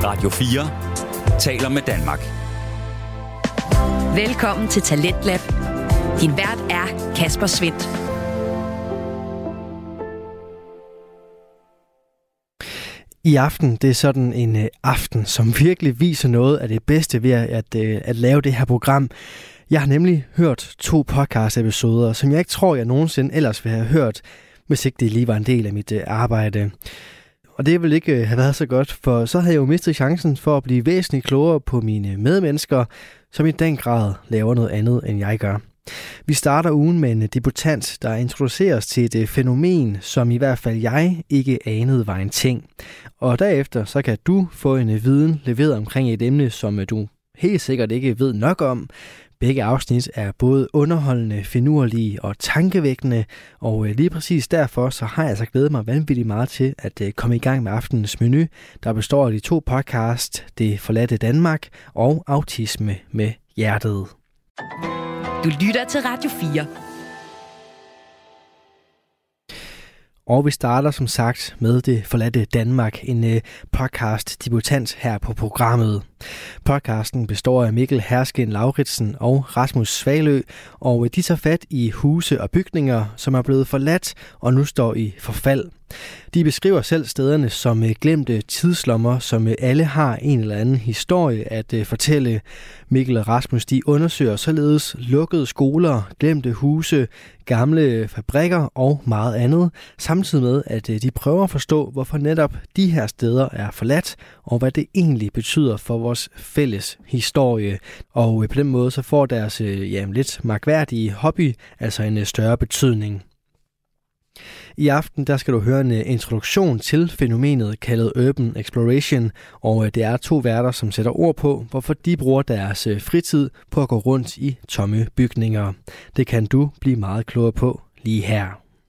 Radio 4 taler med Danmark. Velkommen til Talentlab. Din vært er Kasper Svindt. I aften, det er sådan en aften, som virkelig viser noget af det bedste ved at lave det her program. Jeg har nemlig hørt 2 podcast-episoder, som jeg ikke tror, jeg nogensinde ellers ville have hørt, hvis ikke det lige var en del af mit arbejde. Og det ville ikke have været så godt, for så havde jeg jo mistet chancen for at blive væsentligt klogere på mine medmennesker, som i den grad laver noget andet, end jeg gør. Vi starter ugen med en debutant, der introduceres til et fænomen, som i hvert fald jeg ikke anede var en ting. Og derefter så kan du få en viden leveret omkring et emne, som du helt sikkert ikke ved nok om. Begge afsnit er både underholdende, finurlige og tankevækkende, og lige præcis derfor så har jeg altså glædet mig vanvittigt meget til at komme i gang med aftenens menu, der består af de 2 podcast, Det forladte Danmark og Autisme med hjertet. Du lytter til Radio 4. Og vi starter som sagt med Det forladte Danmark, en podcast debutant her på programmet. Podcasten består af Mikkel Herskin Lauritsen og Rasmus Svalø, og de tager fat i huse og bygninger, som er blevet forladt og nu står i forfald. De beskriver selv stederne som glemte tidslommer, som alle har en eller anden historie at fortælle. Mikkel og Rasmus de undersøger således lukkede skoler, glemte huse, gamle fabrikker og meget andet, samtidig med at de prøver at forstå, hvorfor netop de her steder er forladt, og hvad det egentlig betyder for vores fælles historie. Og på den måde så får deres lidt mærkværdige hobby altså en større betydning. I aften der skal du høre en introduktion til fænomenet kaldet Urban Exploration, og det er 2 værter, som sætter ord på, hvorfor de bruger deres fritid på at gå rundt i tomme bygninger. Det kan du blive meget klogere på lige her.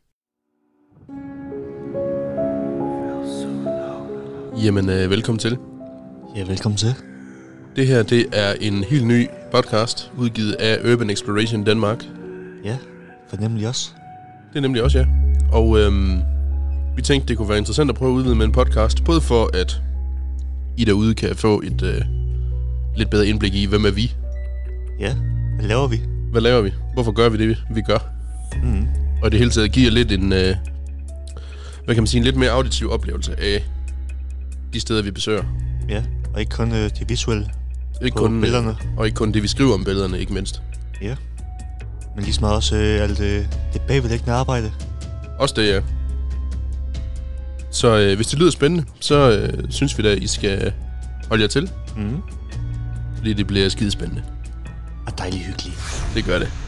Jamen, velkommen til. Ja, velkommen til. Det her, det er en helt ny podcast, udgivet af Urban Exploration Danmark. Ja, for nemlig også. Det er nemlig også, ja. Og vi tænkte, det kunne være interessant at prøve at udvide med en podcast, både for at I derude kan få et lidt bedre indblik i, hvem er vi? Ja, hvad laver vi? Hvad laver vi? Hvorfor gør vi det, vi gør? Mm. Og det hele taget giver lidt en, hvad kan man sige, en lidt mere auditiv oplevelse af de steder, vi besøger. Ja, og ikke kun det visuelle ikke på kun billederne. Og ikke kun det, vi skriver om billederne, ikke mindst. Ja, men lige så meget også alt det bagvedliggende arbejde. Også det, ja. Så hvis det lyder spændende, så synes vi da, I skal holde jer til. Mm. Fordi det bliver skidespændende. Og dejligt hyggeligt. Det gør det.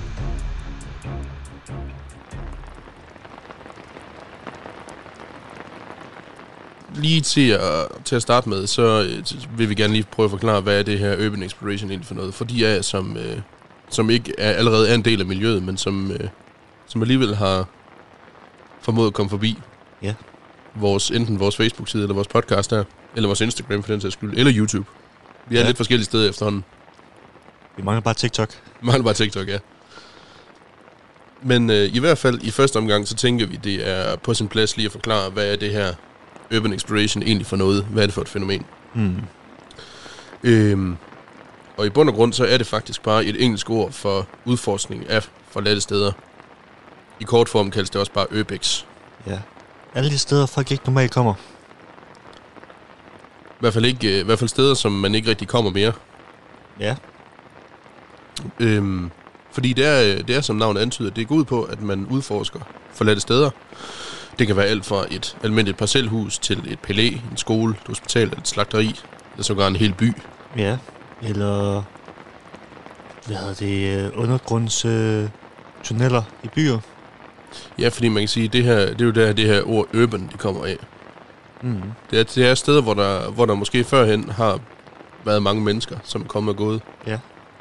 Lige til at starte med, så vil vi gerne lige prøve at forklare, hvad er det her Urban Exploration egentlig for noget. For de af jer, som ikke allerede er en del af miljøet, men som alligevel har formået at komme forbi. Ja. Enten vores Facebook-side, eller vores podcast her, eller vores Instagram for den sags skyld, eller YouTube. Vi er lidt forskellige steder efterhånden. Vi mangler bare TikTok. Ja. Men i hvert fald i første omgang, så tænker vi, det er på sin plads lige at forklare, hvad er det her Urban Exploration egentlig for noget? Hvad er det for et fænomen? Mm. Og i bund og grund, så er det faktisk bare et engelsk ord for udforskning af forladte steder. I kort form kaldes det også bare Urbex. Ja. Alle de steder, folk ikke normalt kommer. I hvert fald steder, som man ikke rigtig kommer mere. Ja. Fordi det er som navnet antyder, det går ud på, at man udforsker forladte steder. Det kan være alt fra et almindeligt parcelhus til et palæ, en skole, et hospital, et slagteri, eller sågar en hel by. Ja, eller undergrundstunneller i byer. Ja, fordi man kan sige, det er jo der, det her ord urban, det kommer af. Mm. Det er steder, hvor der måske førhen har været mange mennesker, som er kommet og gået. Ja.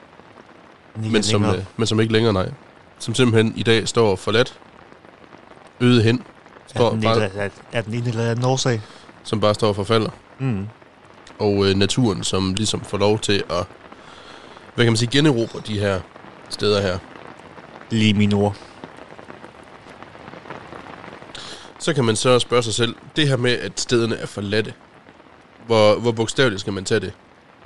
Men som ikke længere, nej. Som simpelthen i dag står forladt, øde hen. Er den ene eller anden årsag? Som bare står og forfalder. Mm. Og naturen, som ligesom får lov til at, hvad kan man sige, generobre de her steder her. Lige mine ord. Så kan man så spørge sig selv, det her med, at stederne er forladte, Hvor bogstaveligt skal man tage det?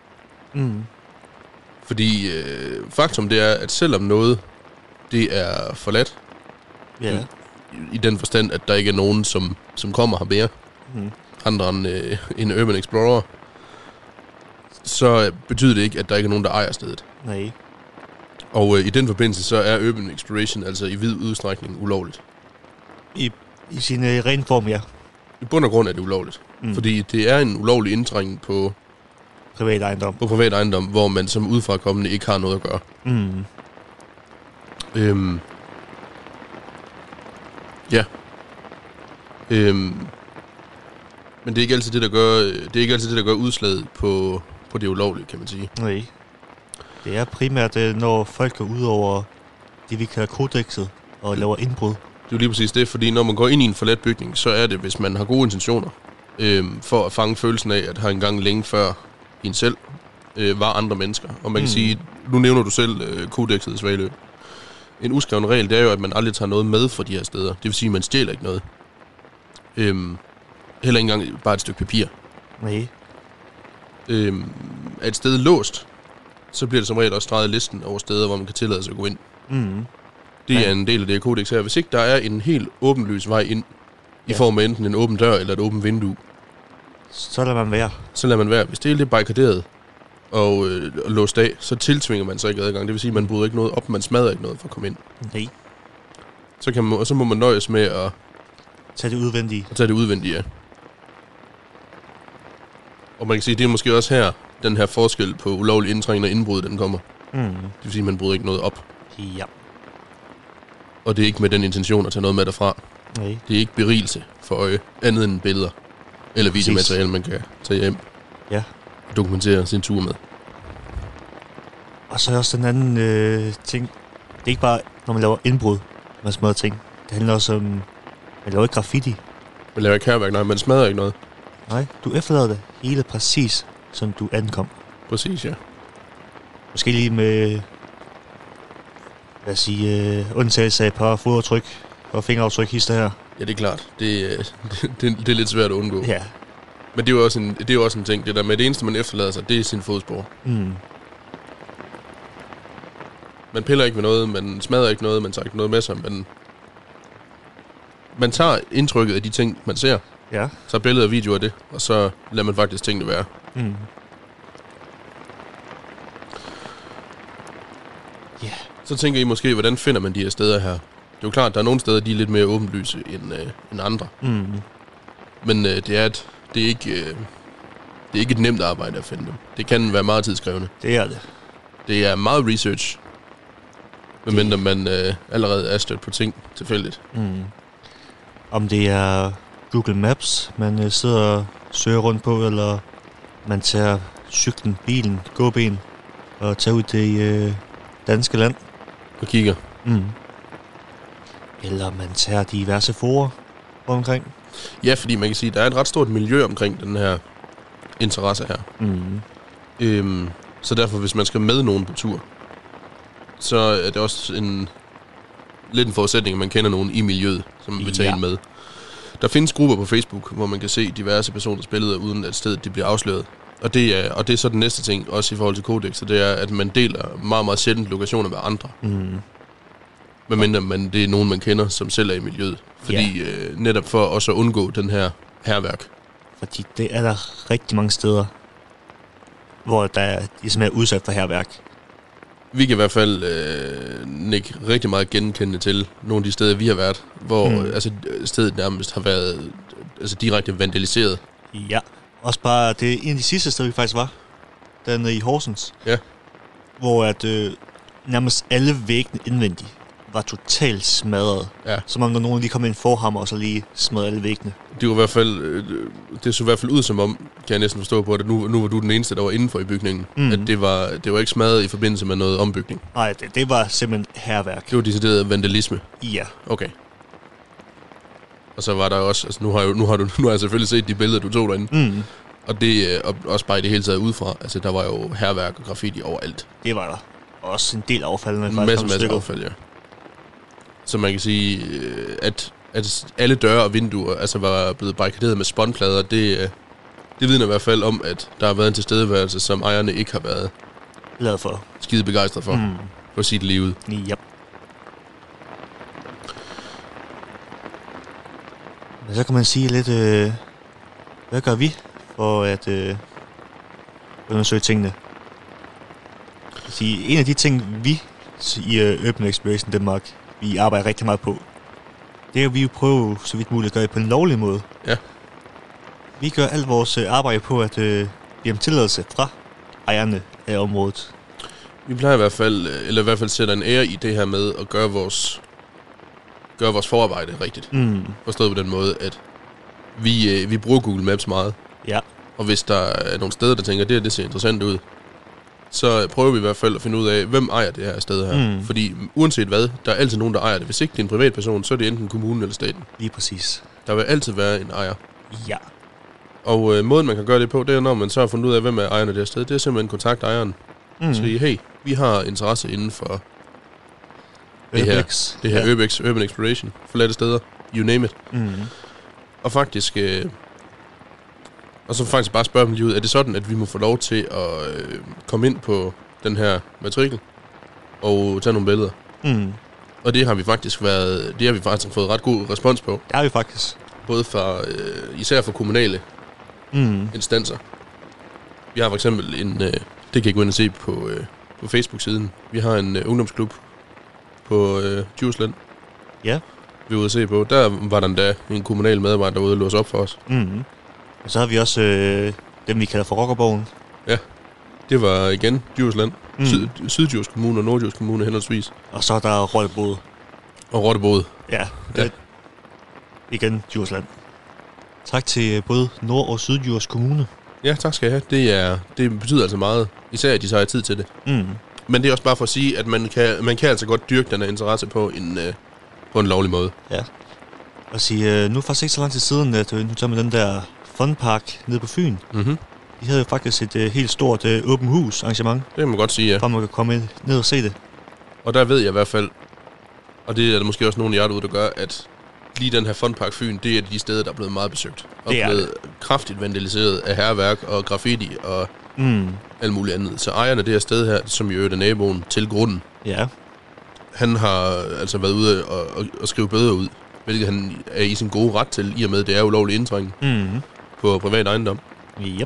Fordi faktum det er, at selvom noget det er forladt, i den forstand, at der ikke er nogen, som kommer her mere, andre end en Urban Explorer, så betyder det ikke, at der ikke er nogen, der ejer stedet. Nej. Og i den forbindelse, så er Urban Exploration altså i vid udstrækning ulovligt. I sin ren form, ja. I bund og grund er det ulovligt. Fordi det er en ulovlig indtrængning på privat ejendom. På privat ejendom, hvor man som udefrakommende ikke har noget at gøre. Ja. Men det er ikke altid det, der gør udslaget på det ulovlige, kan man sige. Nej. Det er primært, når folk går ud over det, vi kalder kodekset, og laver indbrud. Det er jo lige præcis det, fordi når man går ind i en forladt bygning, så er det, hvis man har gode intentioner, for at fange følelsen af, at har engang længe før en selv var andre mennesker. Og man kan sige, nu nævner du selv kodekset i Svalø. En uskreven regel, det er jo, at man aldrig tager noget med fra de her steder. Det vil sige, at man stjæler ikke noget. Heller ikke engang bare et stykke papir. Nej. Er et sted låst, så bliver det som regel også streget listen over steder, hvor man kan tillade sig at gå ind. Det er en del af det her kodeks her. Hvis ikke der er en helt åbenlys vej ind, i form af enten en åben dør eller et åbent vindue, så lader man være. Så lader man være. Hvis det er lidt barrikaderet og låst af, så tiltvinger man sig ikke adgang. Det vil sige, at man bryder ikke noget op, man smadrer ikke noget for at komme ind. Nej. Så må man nøjes med at tage det udvendige. Ja. Og man kan sige, at det er måske også her, den her forskel på ulovlig indtrængning og indbrud, den kommer. Det vil sige, at man bryder ikke noget op. Ja. Og det er ikke med den intention at tage noget med derfra. Nej. Det er ikke berigelse for øje, andet end billeder. Eller videomateriale, man kan tage hjem. Ja. Og dokumentere sin tur med. Og så er også den anden ting. Det er ikke bare, når man laver indbrud, man smadrer ting. Det handler også om, man laver ikke graffiti. Man laver ikke hærværk, nej, man smadrer ikke noget. Nej, du efterlader det hele præcis, som du ankom. Præcis, ja. Måske lige med, lad os sige, undtagelse af et par fodaftryk og fingeraftryk hister her. Ja, det er klart. Det er lidt svært at undgå. Ja. Men det er jo også en ting. Det der med det eneste, man efterlader sig, det er sin fodspor. Man piller ikke ved noget, man smadrer ikke noget, man tager ikke noget med sig, men man tager indtrykket af de ting, man ser. Ja. Så billeder og videoer af det, og så lader man faktisk tingene være. Ja. Så tænker I måske, hvordan finder man de her steder her? Det er jo klart, at der er nogle steder, de er lidt mere åbenlyse end andre. Men det er ikke et nemt arbejde at finde dem. Det kan være meget tidskrævende. Det er det. Det er meget research, medmindre man allerede er stødt på ting tilfældigt. Om det er Google Maps, man sidder og søger rundt på, eller man tager cyklen, bilen, gåben og tager ud til danske land. Og kigger. Eller man tager diverse forer omkring. Ja, fordi man kan sige, at der er et ret stort miljø omkring den her interesse her. Så derfor, hvis man skal med nogen på tur, så er det også lidt en forudsætning, at man kender nogen i miljøet, som man vil tage ind med. Der findes grupper på Facebook, hvor man kan se diverse personers billeder, uden at stedet de bliver afsløret. Og det er så den næste ting, også i forhold til kodekset, det er, at man deler meget, meget sjældent lokationer med andre. Medmindre det er nogen, man kender, som selv er i miljøet. Fordi netop for også at undgå den her hærværk. Fordi det er der rigtig mange steder, hvor der ligesom er udsat for hærværk. Vi kan i hvert fald nikke rigtig meget genkendende til nogle af de steder, vi har været, hvor stedet nærmest har været direkte vandaliseret. Ja, også bare, det er en af de sidste steder, vi faktisk var, dernede i Horsens. Ja. Hvor at nærmest alle væggene indvendigt var totalt smadret. Ja. Som om der nogen lige kom ind forhammer og så lige smadrede alle væggene. Det så i hvert fald ud som om, kan jeg næsten forstå på, at nu var du den eneste, der var indenfor i bygningen. At det var ikke smadret i forbindelse med noget ombygning. Nej, det var simpelthen hærværk. Det var decideret vandalisme. Ja. Okay. Og så var der også, altså nu har jeg selvfølgelig set de billeder, du tog derinde. Og det også bare i det hele taget udefra. Altså der var jo hærværk og graffiti overalt. Det var der. Også en del affald. En masse affald, ja. Så man kan sige, at alle døre og vinduer var blevet barrikaderet med spånplader, Det vidner i hvert fald om, at der har været en tilstedeværelse, som ejerne ikke har været Glad for. skide begejstret for på sit liv. Yep. Men så kan man sige lidt, hvad gør vi for at undersøge tingene? En af de ting, vi i Urban Exploration Denmark, vi arbejder rigtig meget på, det er, at vi prøver så vidt muligt at gøre det på en lovlig måde. Ja. Vi gør alt vores arbejde på at give dem tilladelse fra ejerne af området. Vi plejer i hvert fald sætter en ære i det her med at gøre vores forarbejde rigtigt. Forstået på den måde, at vi bruger Google Maps meget. Ja. Og hvis der er nogle steder, der tænker, det ser interessant ud, så prøver vi i hvert fald at finde ud af, hvem ejer det her sted her. Fordi uanset hvad, der er altid nogen, der ejer det. Hvis ikke det er en privatperson, så er det enten kommunen eller staten. Lige præcis. Der vil altid være en ejer. Ja. Og måden, man kan gøre det på, det er, når man så har fundet ud af, hvem er ejerne af det her sted. Det er simpelthen kontakte ejeren. Sige, hey, vi har interesse inden for det her Urban Exploration, forladte steder, you name it. Og faktisk bare spørge dem lige ud, er det sådan, at vi må få lov til at komme ind på den her matrikel og tage nogle billeder? Og det har vi faktisk fået ret god respons på. Det har vi faktisk. Både fra, især fra kommunale instanser. Vi har for eksempel det kan I gå ind og se på Facebook-siden. Vi har en ungdomsklub på Djursland. Ja. Vi var ude at se på. Der var der endda en kommunal medarbejder, der var ude og låse op for os. Og så har vi også dem, vi kalder for Rockerborgen. Ja, det var igen Djursland. Syddjurs Kommune og Nordjurs Kommune henholdsvis. Og så er der Rottebod. Og Rottebod. Ja. Igen Djursland. Tak til både Nord- og Syddjurs Kommune. Ja, tak skal jeg have. Det betyder altså meget. Især, at de så har tid til det. Men det er også bare for at sige, at man kan altså godt dyrke den her interesse på en lovlig måde. Ja. Og sige, nu er faktisk ikke så lang tid siden, at nu tager man den der Funpark nede på Fyn. De havde jo faktisk et helt stort åben hus arrangement. Det kan man godt sige, ja. For man kan komme ned og se det. Og der ved jeg i hvert fald, og det er der måske også nogle af jer derude, der gør, at lige den her Funpark Fyn, det er de steder, der er blevet meget besøgt. Og blevet kraftigt vandaliseret af hærværk og graffiti og alt muligt andet. Så ejerne af det her sted her, som jo er naboen til grunden, han har altså været ude og skrive bøder ud, hvilket han er i sin gode ret til, i og med, at det er ulovlig indtrængen på privat ejendom. Yep.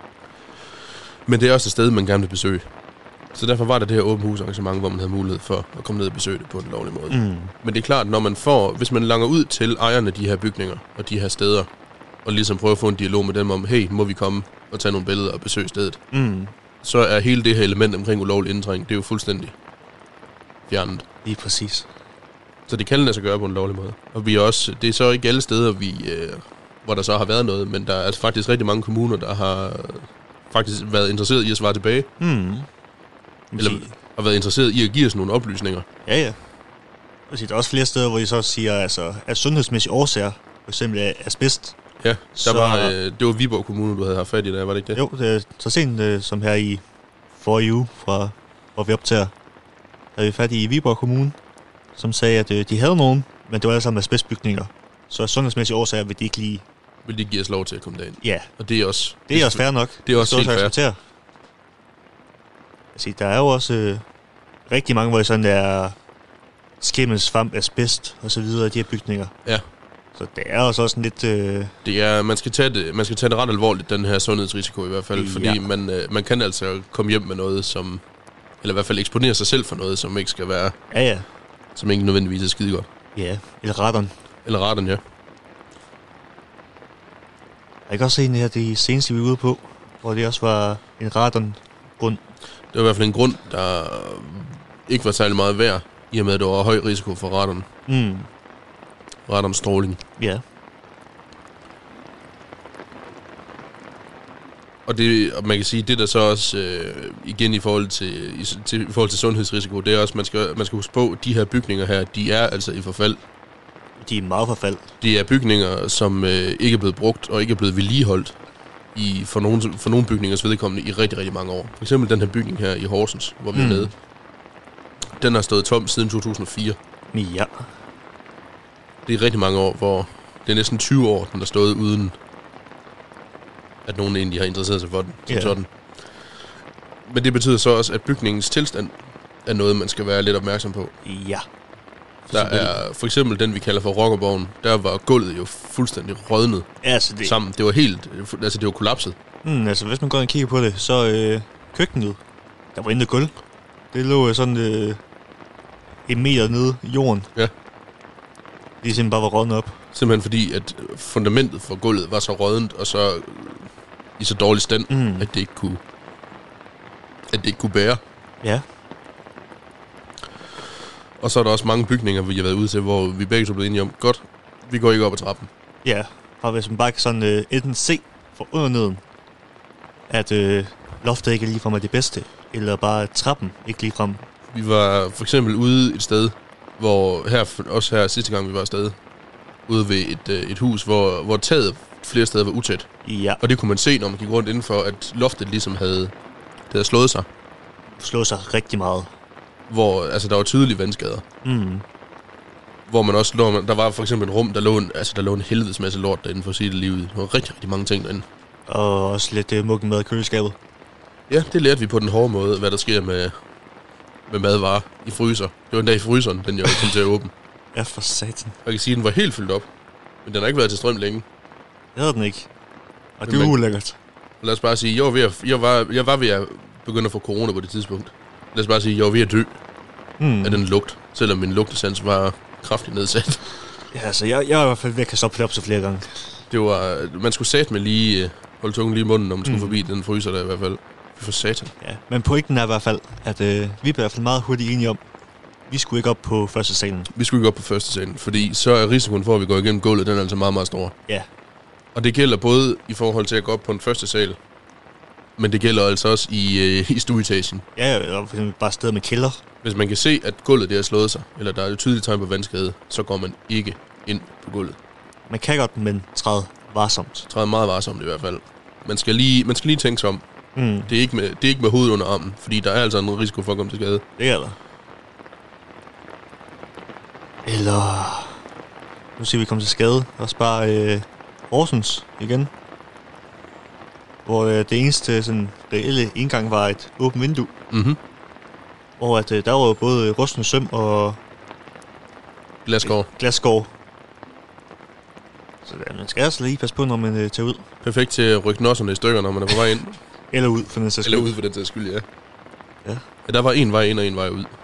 Men det er også et sted, man gerne vil besøge. Så derfor var der det her åben hus arrangement, hvor man havde mulighed for at komme ned og besøge det på en lovlig måde. Men det er klart, hvis man langer ud til ejerne af de her bygninger og de her steder, og ligesom prøver at få en dialog med dem om, hey, må vi komme og tage nogle billeder og besøge stedet, så er hele det her element omkring ulovlig indtrængning, det er jo fuldstændig fjernet. Lige præcis. Så det kan lade sig gøre på en lovlig måde. Og det er så ikke alle steder, hvor der så har været noget, men der er altså faktisk rigtig mange kommuner, der har faktisk været interesseret i at svare tilbage. Eller har været interesseret i at give os nogle oplysninger. Ja. Der er også flere steder, hvor de så siger, altså, af sundhedsmæssige årsager, for eksempel asbest. Ja, det var Viborg Kommune, du havde haft fat i der, var det ikke det? Jo, det er så sent som her i forrige uge, hvor vi optager, havde vi fat i Viborg Kommune, som sagde, at de havde nogen, men det var alle sammen asbestbygninger. Så af sundhedsmæssige årsager vil de ikke lige... Vil de give os lov til at komme derind? Ja. Og det er også... Det er også fair nok. Det er også helt fair. Altså, der er jo også rigtig mange, hvor det sådan er skimmelsvamp, asbest og så videre, de her bygninger. Ja. Så det er også sådan lidt... Det er, man skal tage det ret alvorligt, den her sundhedsrisiko i hvert fald, fordi man kan altså komme hjem med noget, som... Eller i hvert fald eksponere sig selv for noget, som ikke skal være... Ja. Som ikke nødvendigvis er skide godt. Ja, eller radon. Ja. Jeg kan også se en her, det seneste vi var ude på, hvor det også var en radongrund. Det var i hvert fald en grund, der ikke var særlig meget værd, i og med, at der var høj risiko for radon. Radonstråling. Ja. Og man kan sige, det der så også, igen i forhold til sundhedsrisiko, det er også, man skal huske på, de her bygninger her, de er altså i forfald. De er meget forfald. Det er bygninger, som ikke er blevet brugt og ikke er blevet vedligeholdt for nogle bygningers vedkommende i rigtig, rigtig mange år. For eksempel den her bygning her i Horsens, hvor vi er nede. Den har stået tom siden 2004. Ja. Det er rigtig mange år, hvor det er næsten 20 år, den har stået at nogen egentlig har interesseret sig for den, som sådan. Men det betyder så også, at bygningens tilstand er noget, man skal være lidt opmærksom på. Ja. Der er for eksempel den, vi kalder for rockerborgen. Der var gulvet jo fuldstændig rådnet sammen. Det var helt, altså det var kollapset. Altså hvis man går ind og kigger på det, så køkkenet, der var intet gulv. Det lå sådan en meter nede i jorden. Ja. Det simpelthen bare var rådnet op. Simpelthen fordi, at fundamentet for gulvet var så rådent, og så i så dårlig stand, at det ikke kunne bære. Ja. Og så er der også mange bygninger, vi har været ude til, hvor vi begge så blevet enige om, godt, vi går ikke op ad trappen. Ja, og hvis man bare kan sådan enten se fra under neden, at loftet ikke ligefrem er det bedste, eller bare trappen ikke ligefrem. Vi var for eksempel ude et sted, hvor her sidste gang vi var afsted, ude ved et hus, hvor taget flere steder var utæt. Ja. Og det kunne man se, når man gik rundt indenfor, at loftet ligesom havde slået sig. Slået sig rigtig meget. Hvor der var tydelige vandskader. Hvor man også der var for eksempel et rum, der lå en helvedes masse lort derinde, for at sige det lige ud. Der var rigtig, rigtig mange ting derinde. Og også lidt muggen mad i køleskabet. Ja, det lærte vi på den hårde måde, hvad der sker med madvarer i fryser. Det var en dag i fryseren, den jeg kom til at åbne. Ja, for satan. Jeg kan sige, at den var helt fyldt op. Men den har ikke været til strøm længe. Det havde den ikke. Og det er ulækkert. Lad os bare sige, jeg var ved at begynde at få corona på det tidspunkt. Lad os bare sige, jeg var ved at dø af den lugt, selvom min lugtesans var kraftigt nedsat. Ja, altså jeg var i hvert fald ved at kaste op så flere gange. Det var, man skulle satme lige holde tungen lige i munden, når man skulle forbi den fryser der i hvert fald. For satan. Ja, men pointen er i hvert fald, at vi blev i hvert fald meget hurtigt enige om, vi skulle ikke op på første salen. Vi skulle ikke op på første salen, fordi så er risikoen for, at vi går igennem gulvet, den er altså meget, meget stor. Ja. Og det gælder både i forhold til at gå op på en første sal, men det gælder altså også i stueetagen. Ja, eller for eksempel bare steder med kælder. Hvis man kan se, at gulvet det har slået sig, eller der er et tydeligt tegn på vandskade, så går man ikke ind på gulvet. Man kan godt, men træde varsomt. Træde meget varsomt i hvert fald. Man skal lige tænke sig om. Det er ikke med hovedet under armen, fordi der er altså en risiko for at komme til skade. Det er der. Eller... Nu siger vi komme til skade. Også bare Horsens igen. Hvor det eneste sådan reelle indgang var et åbent vindue. Hvor at, der var både rustne søm og... Glasskår. Så man skal altså lige passe på, når man tager ud. Perfekt til at rykke nosserne i stykker, når man er på vej ind. Eller ud, for den sags skyld. Eller ud, for den sags skyld, ja. Ja, der var en vej ind og en vej ud.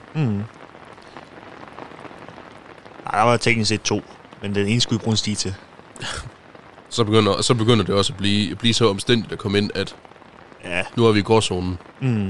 Der var teknisk set 2, men den ene skulle bruge en sti til. Så begynder det også at blive så omstændigt at komme ind, at nu er vi i gårdzonen.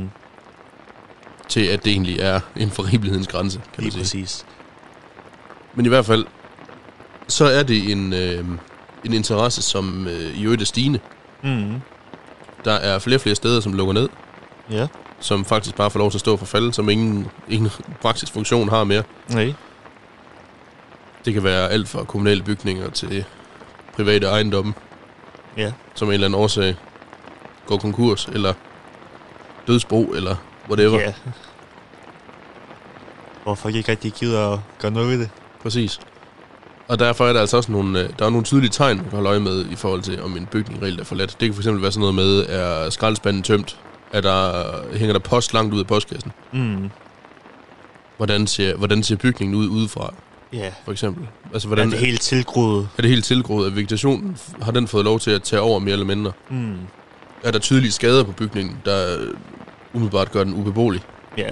Til at det egentlig er en forribelighedens grænse, kan man sige. Præcis. Men i hvert fald, så er det en interesse, som i øvrigt er stigende. Der er flere steder, som lukker ned. Ja. Som faktisk bare får lov til at stå for falde, som ingen praktisk funktion har mere. Nej. Det kan være alt fra kommunale bygninger til private ejendomme. Ja. Som en eller anden årsag går konkurs, eller dødsbo, eller whatever. Ja. Hvorfor ikke rigtig gider at gøre noget ved det? Præcis. Og derfor er der altså også nogle tydelige tegn, man kan holde øje med, i forhold til, om en bygning reelt er forladt. Det kan for eksempel være sådan noget med, er skraldespanden tømt? Hænger der post langt ud af postkassen? Hvordan ser bygningen ud udefra? Ja. For eksempel. Altså, er det helt tilgroet? Er det helt tilgroet, at vegetationen har den fået lov til at tage over mere eller mindre? Er der tydelige skader på bygningen, der umiddelbart gør den ubeboelig? Ja.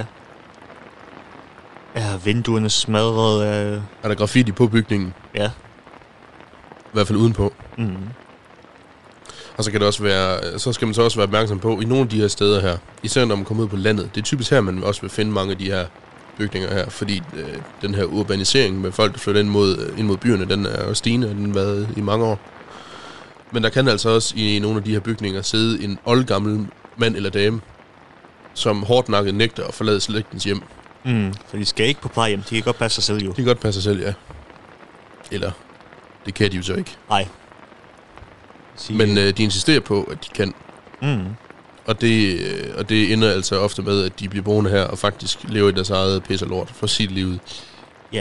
Er vinduerne smadret? Er der graffiti på bygningen? Ja. I hvert fald udenpå. Og så kan det også være, så skal man så også være opmærksom på, i nogle af de her steder her, især når man kommer ud på landet, det er typisk her, man også vil finde mange af de her bygninger her, fordi den her urbanisering med folk, der flytter ind mod byerne, den er jo stigende, og den har været i mange år. Men der kan altså også i nogle af de her bygninger sidde en oldgammel mand eller dame, som hårdnakket nægter at forlade slægtens hjem. For de skal ikke på plejehjem, de kan godt passe sig selv jo. De kan godt passe sig selv, ja. Eller, det kan de jo så ikke. Nej. Men de insisterer på, at de kan. Og det ender altså ofte med, at de bliver boende her og faktisk lever i deres eget pis og lort for sit liv. Ja.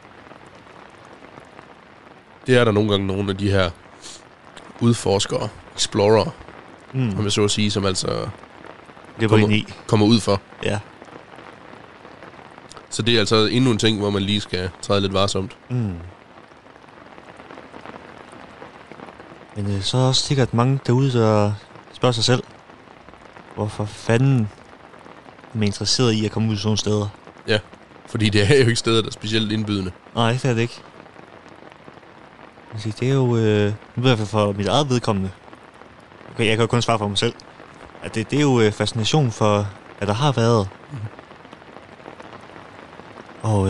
Det er der nogle gange nogle af de her udforskere explorer, om jeg så at sige, som altså kommer ud for. Ja. Så det er altså endnu en ting, hvor man lige skal træde lidt varsomt. Men så er også sikkert mange derude, der spørger sig selv, hvorfor fanden er man interesseret i at komme ud sådan nogle steder? Ja, fordi det er jo ikke steder, der er specielt indbydende. Nej, det er det ikke. Det er jo, nu ved jeg i hvert fald for mit eget vedkommende, okay, jeg kan jo kun svare for mig selv, at det er jo fascination for, hvad der har været. Og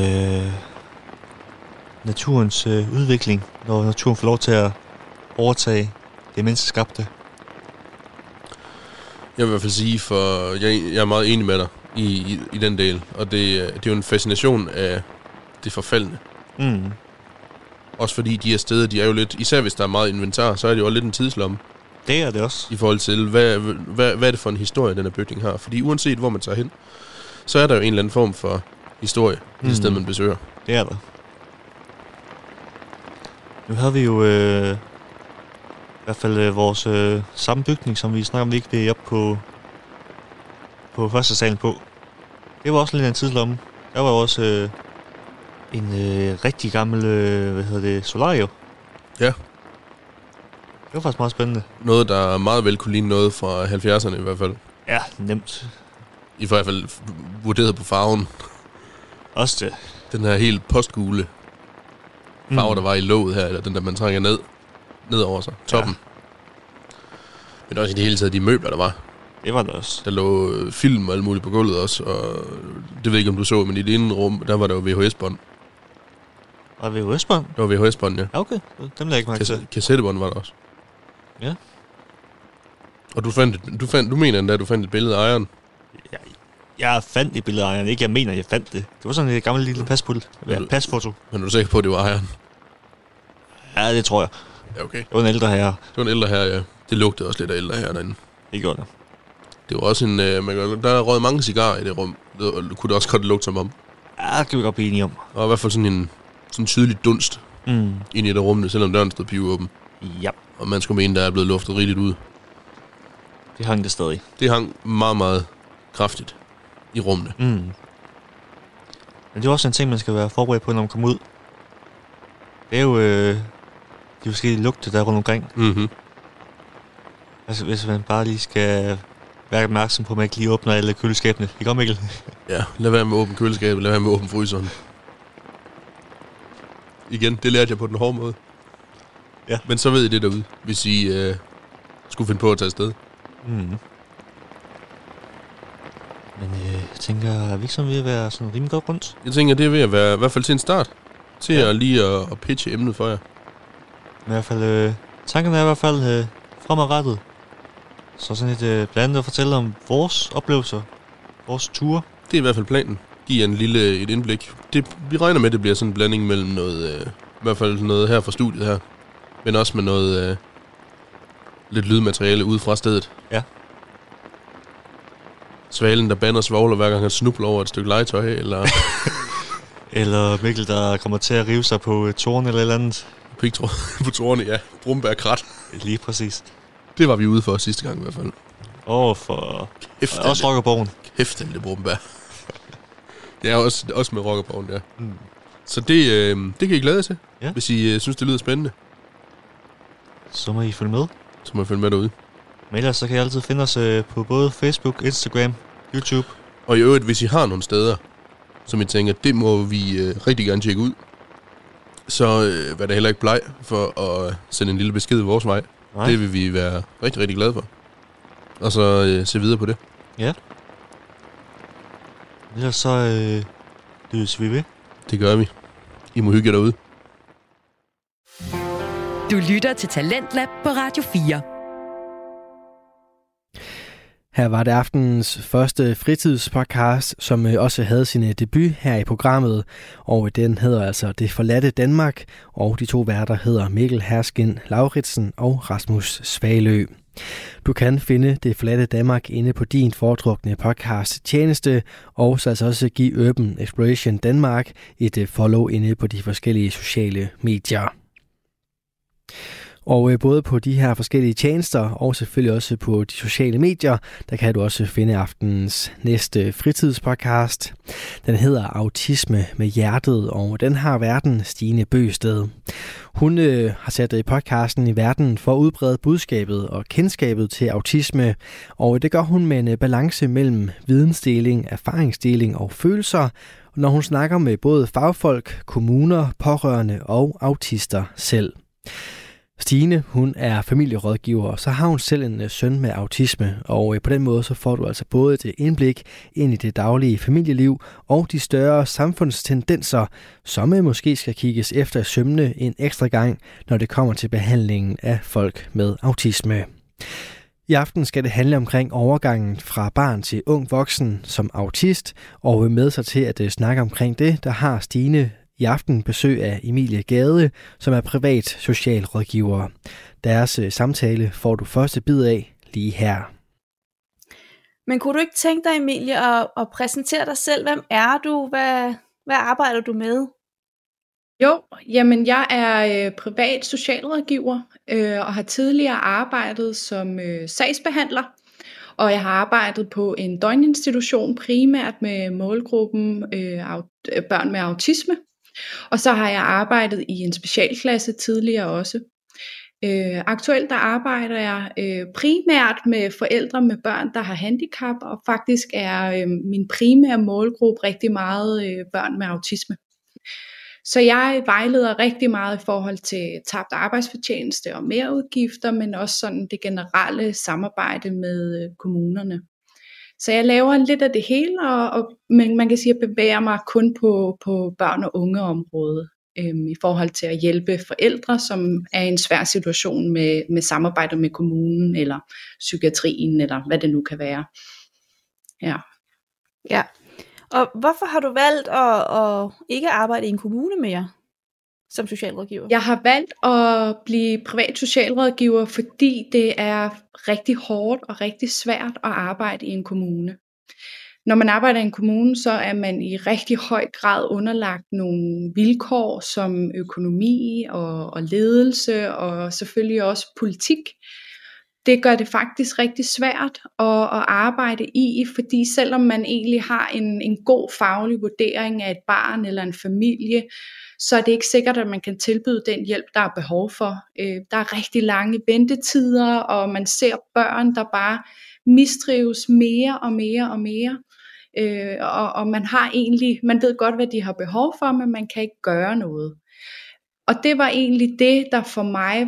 naturens udvikling, når naturen får lov til at overtage det menneskeskabte. Jeg vil i hvert fald sige, for jeg er meget enig med dig i den del, og det er jo en fascination af det forfaldne. Også fordi de her steder, de er jo lidt, især hvis der er meget inventar, så er det jo lidt en tidslomme. Det er det også. I forhold til, hvad er det for en historie, den her bygning har. Fordi uanset hvor man tager hen, så er der jo en eller anden form for historie i det sted, man besøger. Det er der. Nu havde vi jo i hvert fald vores samme bygning, som vi snakker om, vi ikke vil op på første salen på. Det var også lidt af en tidslomme. Der var også en rigtig gammel, solario. Ja. Det var faktisk meget spændende. Noget, der meget vel kunne ligne noget fra 70'erne i hvert fald. Ja, nemt. I hvert fald vurderet på farven. Også det. Den her helt postgule farve, der var i låget her, eller den der, man trænger ned over sig. Toppen. Ja. Men også i det hele taget de møbler, der var. Det var det også. Der lå film og alt muligt på gulvet også, og det ved jeg ikke, om du så, men i det ene rum, der var der jo VHS-bånd. Var det VHS-bånd? Der var VHS-bånd, ja. Okay, dem lader jeg ikke mærke til. Kassettebånd var der også. Ja. Og du mener endda, at du fandt et billede af ejeren? Jeg fandt et billede af ejeren, ikke jeg mener, jeg fandt det. Det var sådan et gammelt lille pasfoto. Men er du sikker på, at det var ejeren? Ja, det tror jeg. Ja, okay. Det var en ældre herre. Det var en ældre herre, ja. Det lugtede også lidt af ældre herre derinde. Det gjorde det. Det var også der er røget mange cigarer i det rum. Det kunne det også godt lugte som om. Ja, det kan vi godt blive enige om. Og i hvert fald sådan en tydelig dunst ind i det rum, selvom døren stod pivåben. Ja. Og man skulle mene, der er blevet luftet rigeligt ud. Det hang det stadig. Det hang meget, meget kraftigt i rummene. Men det er også en ting, man skal være forberedt på, når man kommer ud. Det er jo de forskellige lugte, der er rundt omkring. Altså, hvis man bare lige skal være opmærksom på, at man ikke lige åbner alle køleskabene. Ikke om, Mikkel? Ja, lad være med at åbne køleskabet, lad være med at åbne fryseren. Igen, det lærte jeg på den hårde måde. Ja. Men så ved I det derude, hvis I skulle finde på at tage afsted. Men jeg tænker, er vi ikke sådan ved at være sådan rimelig godt rundt? Jeg tænker, det er ved at være, i hvert fald til en start, til at lige at pitche emnet for jer. Men i hvert fald, tankerne er i hvert fald fremadrettet. Så sådan et blandt andet at fortælle om vores oplevelser, vores ture. Det er i hvert fald planen. Giv et indblik. Vi regner med, at det bliver sådan en blanding mellem noget, i hvert fald noget her fra studiet her, men også med noget lidt lydmateriale ude fra stedet. Ja. Svalen, der bander svogler, hver gang han snubler over et stykke legetøj, eller... eller Mikkel, der kommer til at rive sig på tårn eller et eller andet. Pigtråd på tårne, ja. Brumbærkrat. Lige præcis. Det var vi ude for sidste gang i hvert fald. For... Kæft, også Rockerborgen. Kæft, den det brumbær. Det er også med Rockerborgen, ja. Så det kan I glæde jer til, hvis I synes, det lyder spændende. Så må I følge med. Så må I følge med derude. Men ellers så kan I altid finde os på både Facebook, Instagram, YouTube. Og i øvrigt, hvis I har nogle steder, som I tænker, det må vi rigtig gerne tjekke ud, så vær der heller ikke bleg for at sende en lille besked i vores vej. Nej. Det vil vi være rigtig, rigtig glade for. Og så se videre på det. Ja. Ellers så lydes vi ved. Det gør vi. I må hygge jer derude. Du lytter til Talentlab på Radio 4. Her var det aftenens første fritidspodcast, som også havde sin debut her i programmet. Og den hedder altså Det forladte Danmark, og de to værter hedder Mikkel Herskin Lauritsen og Rasmus Svalø. Du kan finde Det forladte Danmark inde på din foretrukne podcast tjeneste, og så altså også give Urban Exploration Danmark et follow inde på de forskellige sociale medier. Og både på de her forskellige tjenester, og selvfølgelig også på de sociale medier, der kan du også finde aftenens næste fritidspodcast. Den hedder Autisme med hjertet, og den har værten Stine Bøgsted. Hun har sat podcasten i verden for at udbrede budskabet og kendskabet til autisme, og det gør hun med en balance mellem vidensdeling, erfaringsdeling og følelser, når hun snakker med både fagfolk, kommuner, pårørende og autister selv. Stine, hun er familierådgiver, og så har hun selv en søn med autisme, og på den måde så får du altså både et indblik ind i det daglige familieliv og de større samfundstendenser, som måske skal kigges efter i sømmene en ekstra gang, når det kommer til behandlingen af folk med autisme. I aften skal det handle omkring overgangen fra barn til ung voksen som autist, og med sig til at snakke omkring det, der har Stine i aften besøg af Emilie Gade, som er privat socialrådgiver. Deres samtale får du første bid af lige her. Men kunne du ikke tænke dig, Emilie, at præsentere dig selv? Hvem er du? Hvad arbejder du med? Jo, jamen jeg er privat socialrådgiver og har tidligere arbejdet som sagsbehandler. Og jeg har arbejdet på en døgninstitution primært med målgruppen børn med autisme. Og så har jeg arbejdet i en specialklasse tidligere også. Aktuelt der arbejder jeg primært med forældre med børn, der har handicap, og faktisk er min primære målgruppe rigtig meget børn med autisme. Så jeg vejleder rigtig meget i forhold til tabt arbejdsfortjeneste og merudgifter, men også sådan det generelle samarbejde med kommunerne. Så jeg laver lidt af det hele, men man kan sige, at jeg bevæger mig kun på børn- og ungeområdet i forhold til at hjælpe forældre, som er i en svær situation med samarbejde med kommunen eller psykiatrien, eller hvad det nu kan være. Ja. Og hvorfor har du valgt at ikke arbejde i en kommune mere som socialrådgiver? Jeg har valgt at blive privat socialrådgiver, fordi det er rigtig hårdt og rigtig svært at arbejde i en kommune. Når man arbejder i en kommune, så er man i rigtig høj grad underlagt nogle vilkår som økonomi og ledelse og selvfølgelig også politik. Det gør det faktisk rigtig svært at arbejde i, fordi selvom man egentlig har en god faglig vurdering af et barn eller en familie, så er det ikke sikkert, at man kan tilbyde den hjælp, der er behov for. Der er rigtig lange ventetider, og man ser børn, der bare mistrives mere og mere og mere. Og man ved godt, hvad de har behov for, men man kan ikke gøre noget. Og det var egentlig det, der for mig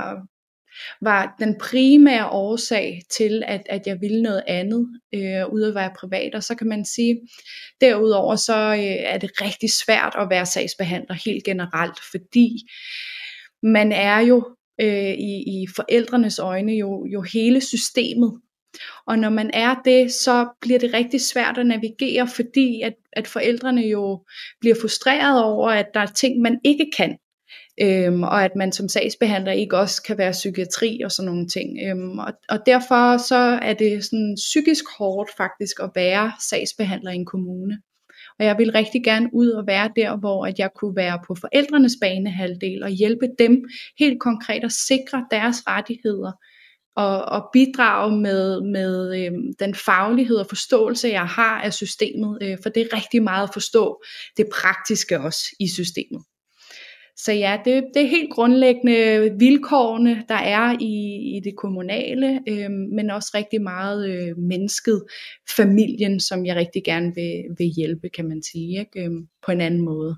var den primære årsag til, at jeg ville noget andet, ud at være privat. Og så kan man sige, derudover så er det rigtig svært at være sagsbehandler helt generelt, fordi man er jo i forældrenes øjne jo hele systemet. Og når man er det, så bliver det rigtig svært at navigere, fordi at forældrene jo bliver frustreret over, at der er ting, man ikke kan. Og at man som sagsbehandler ikke også kan være psykiatri og sådan nogle ting. Og derfor så er det sådan psykisk hårdt faktisk at være sagsbehandler i en kommune. Og jeg vil rigtig gerne ud og være der, hvor at jeg kunne være på forældrenes banehalvdel og hjælpe dem helt konkret at sikre deres rettigheder. Og bidrage med den faglighed og forståelse, jeg har af systemet. For det er rigtig meget at forstå det praktiske også i systemet. Så ja, det er helt grundlæggende vilkårene, der er i det kommunale, men også rigtig meget mennesket, familien, som jeg rigtig gerne vil hjælpe, kan man sige, ikke? På en anden måde.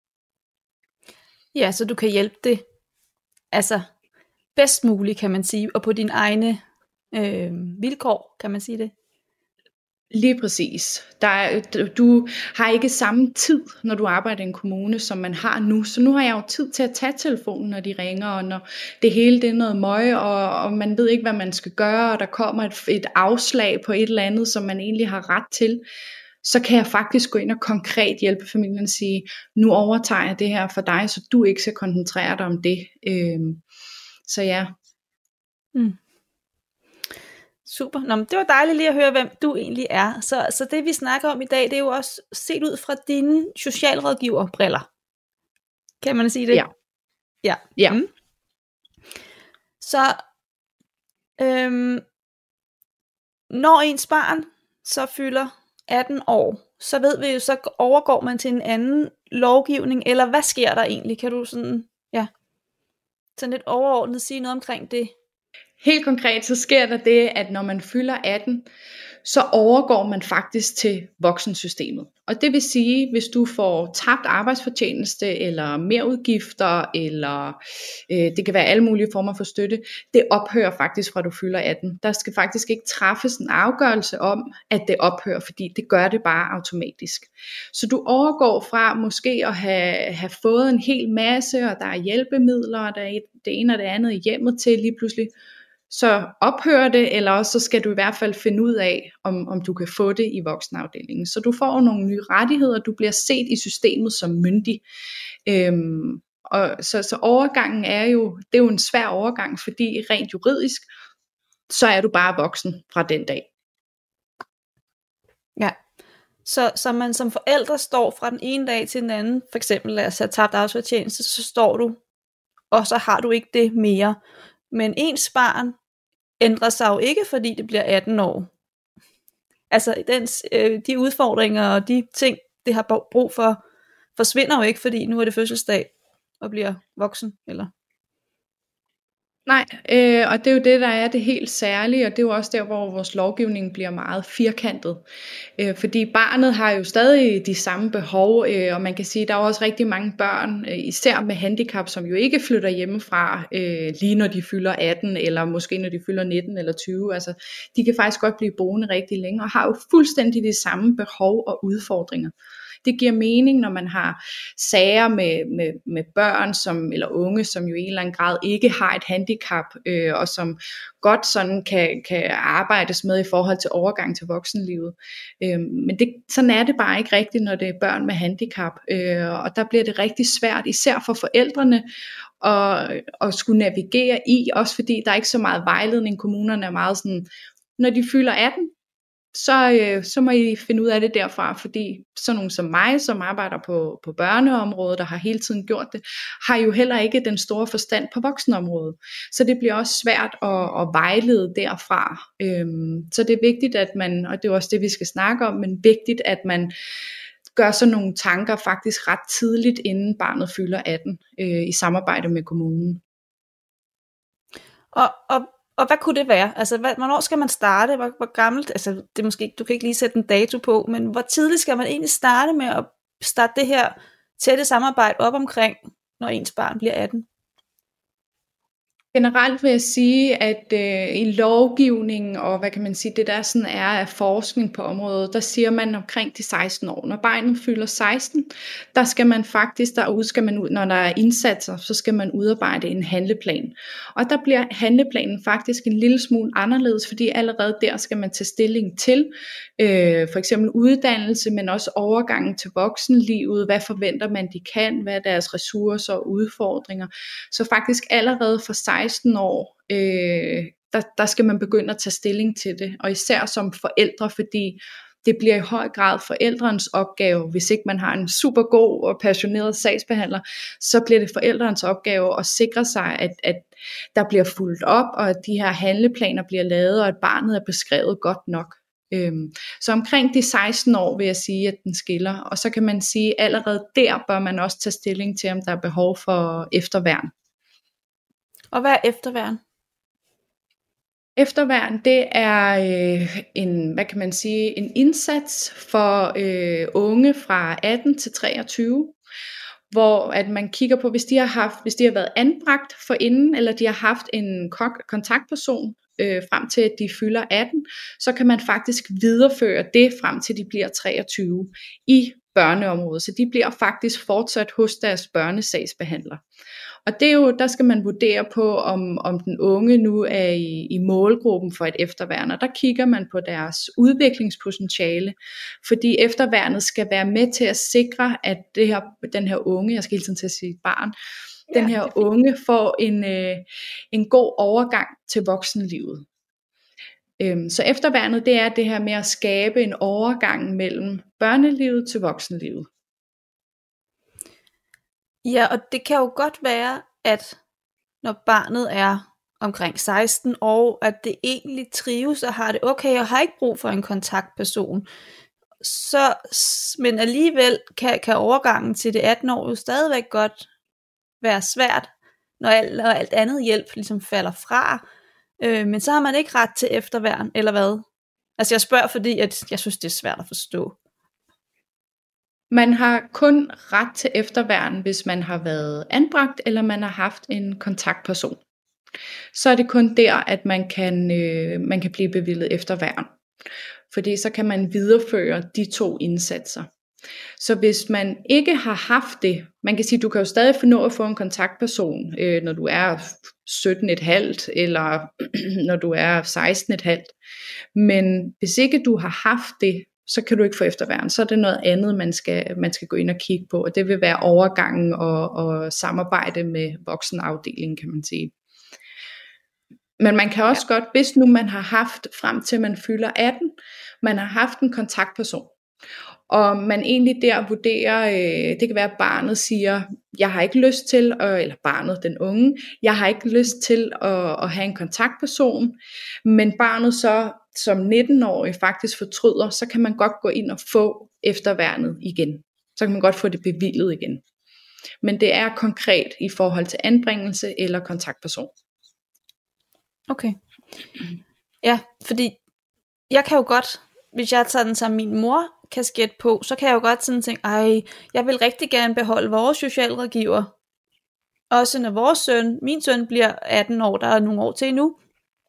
Ja, så du kan hjælpe det altså bedst muligt, kan man sige, og på dine egne vilkår, kan man sige det? Lige præcis. Du har ikke samme tid, når du arbejder i en kommune, som man har nu. Så nu har jeg jo tid til at tage telefonen, når de ringer, og når det hele det er noget møg, og man ved ikke, hvad man skal gøre, og der kommer et afslag på et eller andet, som man egentlig har ret til. Så kan jeg faktisk gå ind og konkret hjælpe familien og sige, nu overtager jeg det her for dig, så du ikke skal koncentrere dig om det. Så ja. Super. Nå, men det var dejligt lige at høre, hvem du egentlig er. Så det vi snakker om i dag, det er jo også set ud fra dine socialrådgiverbriller. Kan man sige det? Ja. Ja. Så når ens barn så fylder 18 år, så ved vi jo, så overgår man til en anden lovgivning, eller hvad sker der egentlig? Kan du sådan lidt overordnet sige noget omkring det? Helt konkret så sker der det, at når man fylder 18, så overgår man faktisk til voksensystemet. Og det vil sige, hvis du får tabt arbejdsfortjeneste, eller merudgifter, eller det kan være alle mulige former for støtte, det ophører faktisk fra du fylder 18. Der skal faktisk ikke træffes en afgørelse om, at det ophører, fordi det gør det bare automatisk. Så du overgår fra måske at have fået en hel masse, og der er hjælpemidler, og der er det ene og det andet i hjemmet til lige pludselig, så ophører det, eller også så skal du i hvert fald finde ud af, om du kan få det i voksenafdelingen. Så du får nogle nye rettigheder, du bliver set i systemet som myndig. Og så overgangen det er jo en svær overgang, fordi rent juridisk, så er du bare voksen fra den dag. Ja, så man som forældre står fra den ene dag til den anden, for eksempel lad os have tabt arbejdsfortjeneste, så står du, og så har du ikke det mere. Men ens barn ændrer sig jo ikke, fordi det bliver 18 år. Altså de udfordringer og de ting, det har brug for, forsvinder jo ikke, fordi nu er det fødselsdag og bliver voksen, eller? Nej, og det er jo det, der er det helt særlige, og det er jo også der, hvor vores lovgivning bliver meget firkantet. Fordi barnet har jo stadig de samme behov, og man kan sige, at der er også rigtig mange børn, især med handicap, som jo ikke flytter hjemmefra, lige når de fylder 18, eller måske når de fylder 19 eller 20. Altså, de kan faktisk godt blive boende rigtig længe, og har jo fuldstændig de samme behov og udfordringer. Det giver mening, når man har sager med børn eller unge, som jo i en eller anden grad ikke har et handicap, og som godt sådan kan arbejdes med i forhold til overgang til voksenlivet. Men sådan er det bare ikke rigtigt, når det er børn med handicap. Og der bliver det rigtig svært, især for forældrene, at skulle navigere i, også fordi der er ikke så meget vejledning. Kommunerne er meget sådan, når de fylder 18, så må I finde ud af det derfra, fordi sådan nogen som mig, som arbejder på børneområdet, der har hele tiden gjort det, har jo heller ikke den store forstand på voksenområdet. Så det bliver også svært at vejlede derfra. Så det er vigtigt, at man, og det er også det, vi skal snakke om, men vigtigt, at man gør sådan nogle tanker faktisk ret tidligt, inden barnet fylder 18, i samarbejde med kommunen. Og hvad kunne det være? Altså, hvornår skal man starte? Hvor gammelt? Altså, det er måske, du kan ikke lige sætte en dato på, men hvor tidligt skal man egentlig starte med at starte det her tætte samarbejde op omkring, når ens barn bliver 18? Generelt vil jeg sige, at i lovgivningen og hvad kan man sige, det der sådan er af forskning på området, der siger man omkring de 16 år. Når barnet fylder 16, der skal man faktisk, når der er indsatser, så skal man udarbejde en handleplan. Og der bliver handleplanen faktisk en lille smule anderledes, fordi allerede der skal man tage stilling til for eksempel uddannelse, men også overgangen til voksenlivet. Hvad forventer man, de kan? Hvad er deres ressourcer og udfordringer? Så faktisk allerede for 16 år, der skal man begynde at tage stilling til det, og især som forældre, fordi det bliver i høj grad forældrens opgave. Hvis ikke man har en super god og passioneret sagsbehandler, så bliver det forældrens opgave at sikre sig, at der bliver fulgt op, og at de her handleplaner bliver lavet, og at barnet er beskrevet godt nok. Så omkring de 16 år vil jeg sige, at den skiller, og så kan man sige, at allerede der bør man også tage stilling til, om der er behov for efterværn. Og hvad er efterværn? Efterværn, det er en indsats for unge fra 18 til 23, hvor at man kigger på, hvis de har været anbragt forinden, eller de har haft en kontaktperson frem til at de fylder 18, så kan man faktisk videreføre det frem til de bliver 23 i børneområdet. Så de bliver faktisk fortsat hos deres børnesagsbehandler. Og det er jo, der skal man vurdere på, om den unge nu er i målgruppen for et efterværn, og der kigger man på deres udviklingspotentiale, fordi efterværnet skal være med til at sikre, at den her unge, jeg skal hele tiden til at sige barn, den her unge får en god overgang til voksenlivet. Så efterværnet, det er det her med at skabe en overgang mellem børnelivet til voksenlivet. Ja, og det kan jo godt være, at når barnet er omkring 16 år, at det egentlig trives og har det okay, og har ikke brug for en kontaktperson. Så, men alligevel kan overgangen til det 18 år jo stadigvæk godt være svært, når alt andet hjælp ligesom falder fra. Men så har man ikke ret til efterværn, eller hvad? Altså jeg spørger, fordi at jeg synes, det er svært at forstå. Man har kun ret til efterværn, hvis man har været anbragt, eller man har haft en kontaktperson. Så er det kun der, at man kan blive bevilget efterværn. Fordi så kan man videreføre de 2 indsatser. Så hvis man ikke har haft det, man kan sige, du kan jo stadig nå at få en kontaktperson, når du er 17,5 eller når du er 16,5. Men hvis ikke du har haft det, så kan du ikke få efterværn. Så er det noget andet, man skal gå ind og kigge på, og det vil være overgangen og samarbejde med voksenafdelingen, kan man sige. Men man kan også godt, hvis nu man har haft frem til man fylder 18, man har haft en kontaktperson, og man egentlig der vurderer, det kan være at barnet siger, jeg har ikke lyst til, eller barnet, den unge, jeg har ikke lyst til at have en kontaktperson, men barnet så som 19-årig faktisk fortryder, så kan man godt gå ind og få efterværnet igen. Så kan man godt få det bevilget igen. Men det er konkret i forhold til anbringelse eller kontaktperson. Okay. Ja, fordi jeg kan jo godt, hvis jeg tager den som min mor kasket på, så kan jeg jo godt sådan tænke, jeg vil rigtig gerne beholde vores socialrådgiver. Også når min søn bliver 18 år, der er nogle år til nu.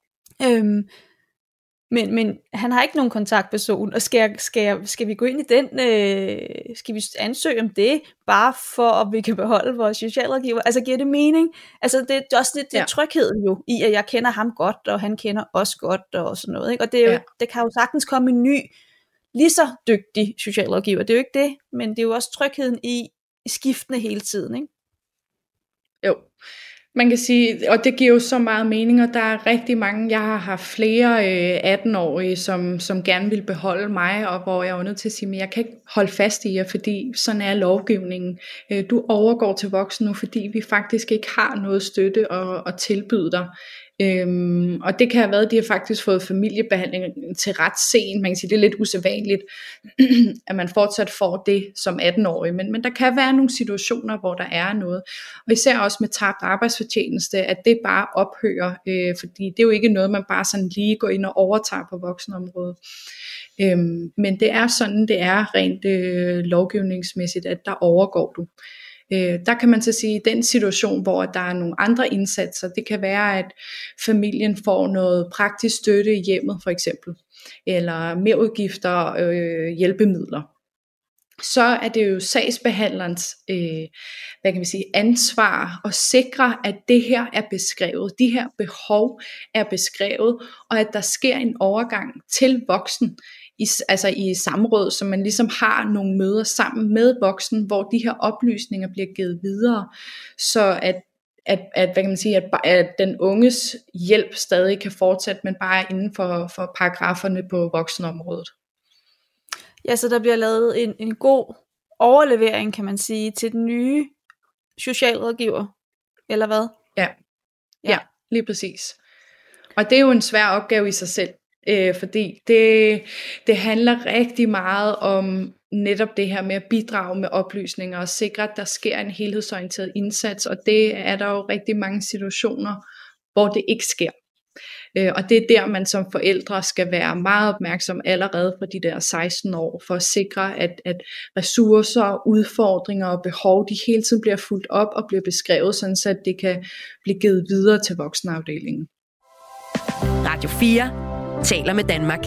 Men han har ikke nogen kontaktperson, og skal vi gå ind i den, skal vi ansøge om det, bare for at vi kan beholde vores socialrådgiver? Altså giver det mening? Altså det er også lidt det trygheden jo, i at jeg kender ham godt, og han kender os godt, og sådan noget. Ikke? Og det, er jo, det kan jo sagtens komme en ny, lige så dygtig socialrådgiver. Det er jo ikke det, men det er jo også trygheden i skiftende hele tiden, ikke? Jo. Man kan sige, og det giver jo så meget mening, og der er rigtig mange, jeg har haft flere 18-årige, som gerne vil beholde mig, og hvor jeg er nødt til at sige, men jeg kan ikke holde fast i jer, fordi sådan er lovgivningen. Du overgår til voksen nu, fordi vi faktisk ikke har noget støtte at tilbyde dig. Og det kan have været, at de har faktisk fået familiebehandling til ret sent. Man kan sige, det er lidt usædvanligt, at man fortsat får det som 18-årig, men der kan være nogle situationer, hvor der er noget, og især også med tabt arbejdsfortjeneste, at det bare ophører, fordi det er jo ikke noget, man bare sådan lige går ind og overtager på voksenområdet. Men det er sådan, det er rent lovgivningsmæssigt, at der overgår du. Der kan man så sige, at den situation, hvor der er nogle andre indsatser, det kan være, at familien får noget praktisk støtte i hjemmet for eksempel, eller merudgifter, hjælpemidler. Så er det jo sagsbehandlerens ansvar at sikre, at det her er beskrevet, de her behov er beskrevet, og at der sker en overgang til voksen, i samråd, så man ligesom har nogle møder sammen med voksen, hvor de her oplysninger bliver givet videre, så at den unges hjælp stadig kan fortsætte, men bare inden for paragraferne på voksenområdet. Ja, så der bliver lavet en god overlevering, kan man sige, til den nye socialrådgiver, eller hvad? Ja, lige præcis. Og det er jo en svær opgave i sig selv. Fordi det handler rigtig meget om netop det her med at bidrage med oplysninger og sikre, at der sker en helhedsorienteret indsats, og det er der jo rigtig mange situationer, hvor det ikke sker. Og det er der, man som forældre skal være meget opmærksom allerede fra de der 16 år, for at sikre, at ressourcer, udfordringer og behov, de hele tiden bliver fulgt op og bliver beskrevet, sådan så det kan blive givet videre til voksenafdelingen. Radio 4 taler med Danmark.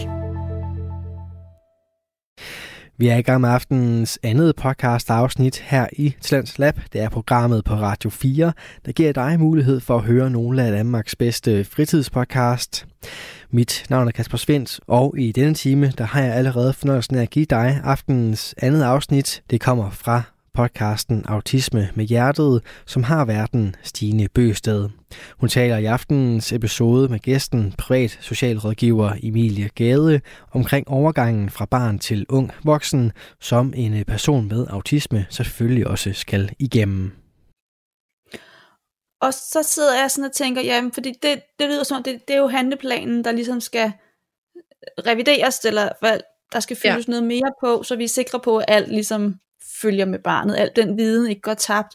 Vi er i gang med aftenens andet podcast afsnit her i Talents Lab. Det er programmet på Radio 4, der giver dig mulighed for at høre nogle af Danmarks bedste fritidspodcast. Mit navn er Kasper Svendt, og i denne time der har jeg allerede fornøjelsen af at give dig aftenens andet afsnit. Det kommer fra podcasten Autisme med Hjertet, som har værten Stine Bøgsted. Hun taler i aftenens episode med gæsten privat socialrådgiver Emilie Gade omkring overgangen fra barn til ung voksen, som en person med autisme selvfølgelig også skal igennem. Og så sidder jeg sådan og tænker, jamen, fordi det lyder som om, det er jo handleplanen, der ligesom skal revideres, eller i hvert fald, der skal fyldes noget mere på, så vi er sikre på, at alt ligesom følger med barnet, al den viden ikke går tabt.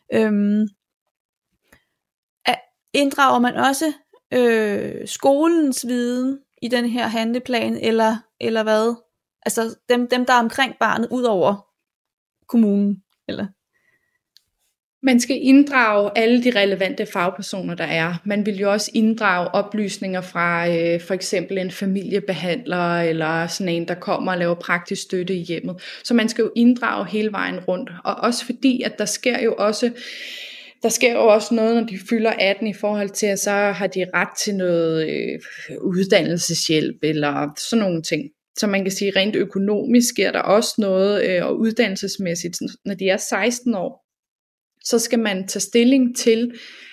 Inddrager man også skolens viden i den her handleplan, eller hvad? Altså dem der er omkring barnet, ud over kommunen, eller? Man skal inddrage alle de relevante fagpersoner, der er. Man vil jo også inddrage oplysninger fra for eksempel en familiebehandler, eller sådan en, der kommer og laver praktisk støtte i hjemmet. Så man skal jo inddrage hele vejen rundt. Og også fordi, at der sker jo også noget, når de fylder 18 i forhold til, at så har de ret til noget uddannelseshjælp, eller sådan nogle ting. Så man kan sige, rent økonomisk sker der også noget, og uddannelsesmæssigt, når de er 16 år, så skal man tage stilling til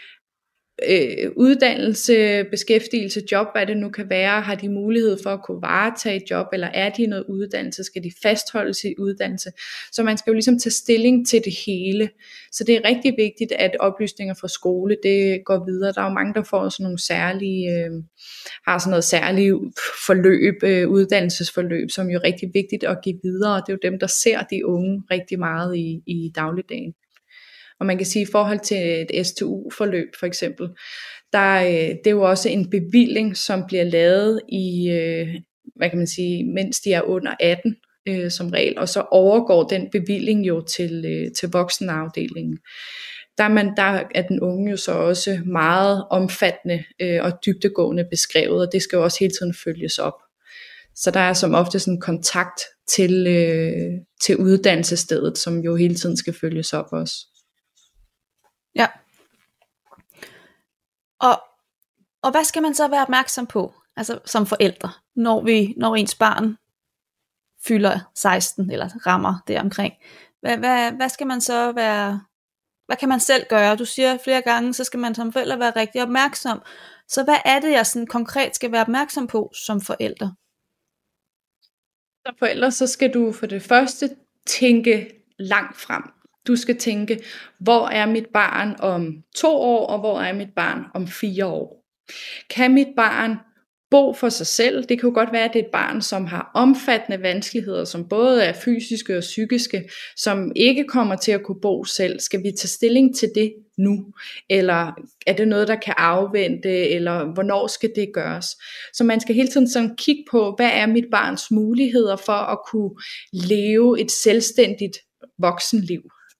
uddannelse, beskæftigelse, job, hvad det nu kan være. Har de mulighed for at kunne varetage et job, eller er de i noget uddannelse? Skal de fastholdes i uddannelse? Så man skal jo ligesom tage stilling til det hele. Så det er rigtig vigtigt, at oplysninger fra skole, det går videre. Der er jo mange, der får sådan nogle særlige, har sådan noget særlige forløb, uddannelsesforløb, som jo er rigtig vigtigt at give videre. Det er jo dem, der ser de unge rigtig meget i dagligdagen. Og man kan sige, i forhold til et STU-forløb for eksempel, det er jo også en bevilling, som bliver lavet i, hvad kan man sige, mens de er under 18 som regel, og så overgår den bevilling jo til voksenafdelingen. Der er den unge jo så også meget omfattende og dybdegående beskrevet, og det skal jo også hele tiden følges op. Så der er som ofte sådan en kontakt til uddannelsesstedet, som jo hele tiden skal følges op også. Ja. Og hvad skal man så være opmærksom på, altså som forældre, når ens barn fylder 16 eller rammer deromkring? Hvad skal man så være, hvad kan man selv gøre? Du siger flere gange, så skal man som forælder være rigtig opmærksom. Så hvad er det, jeg sådan konkret skal være opmærksom på som forælder? Som forælder, så skal du for det første tænke langt frem. Du skal tænke, hvor er mit barn om 2 år, og hvor er mit barn om 4 år? Kan mit barn bo for sig selv? Det kan jo godt være, at det er et barn, som har omfattende vanskeligheder, som både er fysiske og psykiske, som ikke kommer til at kunne bo selv. Skal vi tage stilling til det nu? Eller er det noget, der kan afvente? Eller hvornår skal det gøres? Så man skal hele tiden sådan kigge på, hvad er mit barns muligheder for at kunne leve et selvstændigt voksenliv?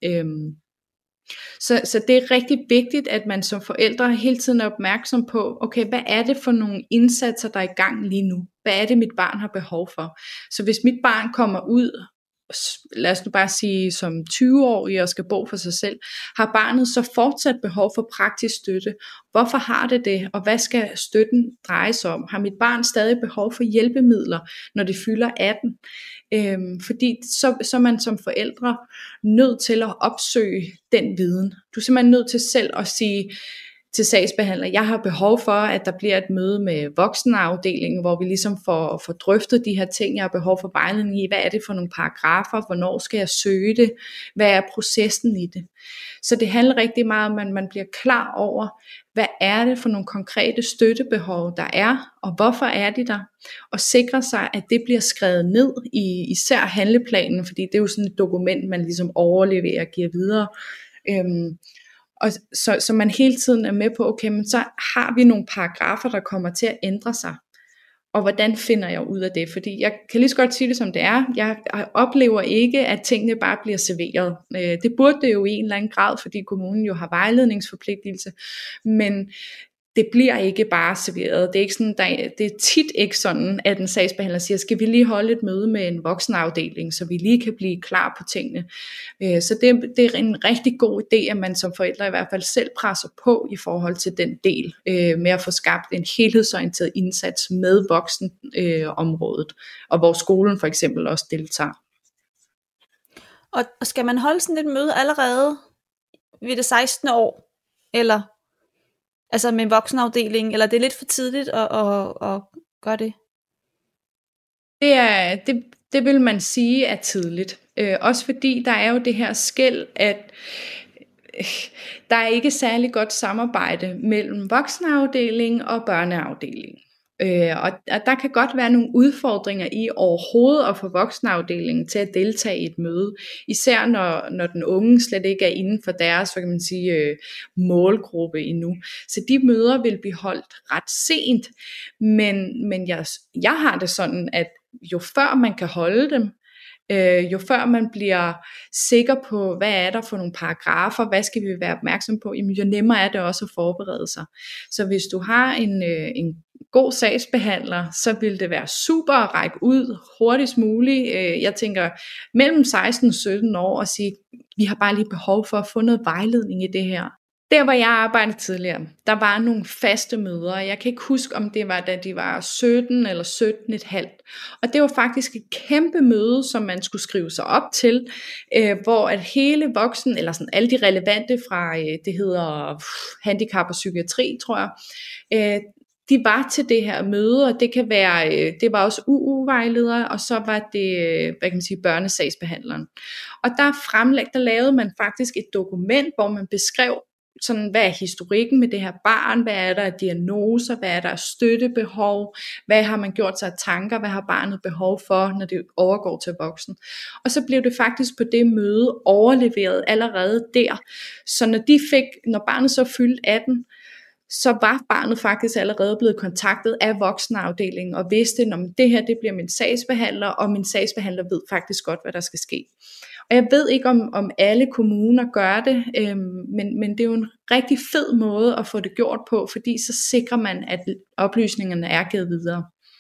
Så det er rigtig vigtigt, at man som forældre hele tiden er opmærksom på, okay, hvad er det for nogle indsatser, der er i gang lige nu? Hvad er det, mit barn har behov for? Så hvis mit barn kommer ud, lad os nu bare sige som 20-årig og skal bo for sig selv, har barnet så fortsat behov for praktisk støtte? Hvorfor har det det, og hvad skal støtten dreje sig om? Har mit barn stadig behov for hjælpemidler, når det fylder 18? Fordi så er man som forældre nødt til at opsøge den viden. Du er simpelthen nødt til selv at sige til sagsbehandler, jeg har behov for, at der bliver et møde med voksenafdelingen, hvor vi ligesom får drøftet de her ting. Jeg har behov for vejledning i, hvad er det for nogle paragrafer, hvornår skal jeg søge det, hvad er processen i det. Så det handler rigtig meget om, at man bliver klar over, hvad er det for nogle konkrete støttebehov, der er, og hvorfor er de der, og sikre sig, at det bliver skrevet ned i især handleplanen, fordi det er jo sådan et dokument, man ligesom overleverer og giver videre. Og så man hele tiden er med på, okay, men så har vi nogle paragrafer, der kommer til at ændre sig. Og hvordan finder jeg ud af det? Fordi jeg kan lige så godt sige det, som det er. Jeg oplever ikke, at tingene bare bliver serveret. Det burde det jo i en eller anden grad, fordi kommunen jo har vejledningsforpligtelse. Men det bliver ikke bare serveret. Det er, ikke sådan, det er tit ikke sådan, at en sagsbehandler siger, skal vi lige holde et møde med en voksenafdeling, så vi lige kan blive klar på tingene. Så det er en rigtig god idé, at man som forældre i hvert fald selv presser på i forhold til den del, med at få skabt en helhedsorienteret indsats med voksenområdet, og hvor skolen for eksempel også deltager. Og skal man holde sådan et møde allerede ved det 16. år, eller altså med en voksenafdeling, eller det er lidt for tidligt at gøre det? Det vil man sige er tidligt. Også fordi der er jo det her skel, at der er ikke særlig godt samarbejde mellem voksenafdelingen og børneafdelingen. Og der kan godt være nogle udfordringer i overhovedet at få voksenafdelingen til at deltage i et møde, især når den unge slet ikke er inden for deres, hvad kan man sige, målgruppe endnu. Så de møder vil blive holdt ret sent, men jeg har det sådan, at jo før man kan holde dem, jo før man bliver sikker på, hvad er der for nogle paragrafer, hvad skal vi være opmærksom på, jo nemmere er det også at forberede sig. Så hvis du har en god sagsbehandler, så vil det være super at række ud hurtigst muligt. Jeg tænker mellem 16 og 17 år og sige, vi har bare lige behov for at få noget vejledning i det her. Der hvor jeg arbejdede tidligere, der var nogle faste møder. Jeg kan ikke huske om det var da de var 17 eller 17,5. Og det var faktisk et kæmpe møde, som man skulle skrive sig op til, hvor at hele voksen, eller sådan alle de relevante fra, det hedder handicap og psykiatri, tror jeg, de var til det her møde, og det kan være, det var også UU-vejledere, og så var det, hvad kan man sige, børnesagsbehandleren. Og der lavede man faktisk et dokument, hvor man beskrev, sådan, hvad er historikken med det her barn, hvad er der af diagnoser, hvad er der af støttebehov, hvad har man gjort sig af tanker, hvad har barnet behov for, når det overgår til voksen. Og så blev det faktisk på det møde overleveret allerede der. Så når barnet så fyldte 18, så var barnet faktisk allerede blevet kontaktet af voksenafdelingen og vidste, at det her det bliver min sagsbehandler, og min sagsbehandler ved faktisk godt, hvad der skal ske. Og jeg ved ikke, om alle kommuner gør det, men det er jo en rigtig fed måde at få det gjort på, fordi så sikrer man, at oplysningerne er givet videre.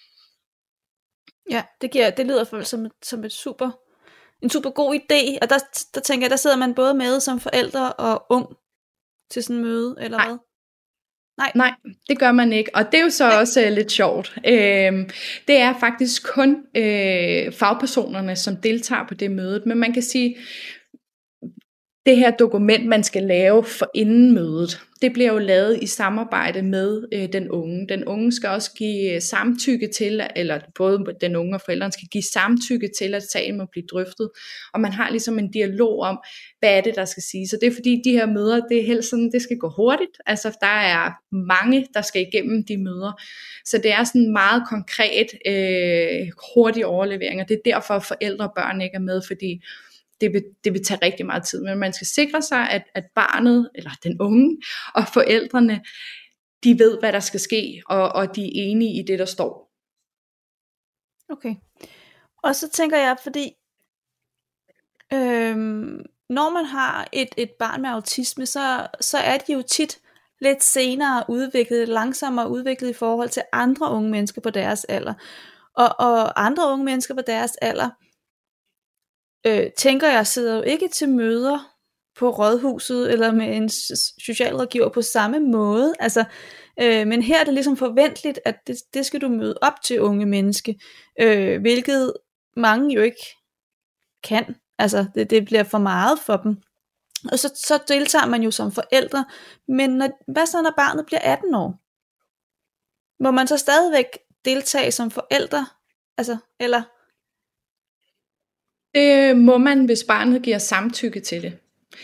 Ja, det lyder for som en super god idé, og der tænker jeg, der sidder man både med som forældre og ung til sådan en møde, eller hvad? Nej, det gør man ikke, og det er jo så også lidt sjovt. Det er faktisk kun fagpersonerne, som deltager på det møde, men man kan sige, det her dokument, man skal lave for inden mødet, det bliver jo lavet i samarbejde med den unge. Den unge skal også give samtykke til, eller både den unge og forældrene skal give samtykke til, at sagen må blive drøftet. Og man har ligesom en dialog om, hvad er det, der skal sige. Så det er fordi, de her møder, det er helst sådan, det skal gå hurtigt. Altså, der er mange, der skal igennem de møder. Så det er sådan meget konkret, hurtig overlevering, og det er derfor, at forældre og børn ikke er med, fordi det vil tage rigtig meget tid, men man skal sikre sig, at barnet, eller den unge, og forældrene, de ved, hvad der skal ske, og de er enige i det, der står. Okay. Og så tænker jeg, fordi når man har et barn med autisme, så er de jo tit lidt senere udviklet, langsommere udviklet i forhold til andre unge mennesker på deres alder. Og andre unge mennesker på deres alder, tænker jeg, sidder jo ikke til møder på rådhuset eller med en socialrådgiver på samme måde. Altså, men her er det ligesom forventeligt, at det skal du møde op til unge menneske, hvilket mange jo ikke kan. Altså, det bliver for meget for dem. Og så deltager man jo som forældre, men hvad så når barnet bliver 18 år? Må man så stadigvæk deltage som forældre? Altså, eller... Det må man, hvis barnet giver samtykke til det.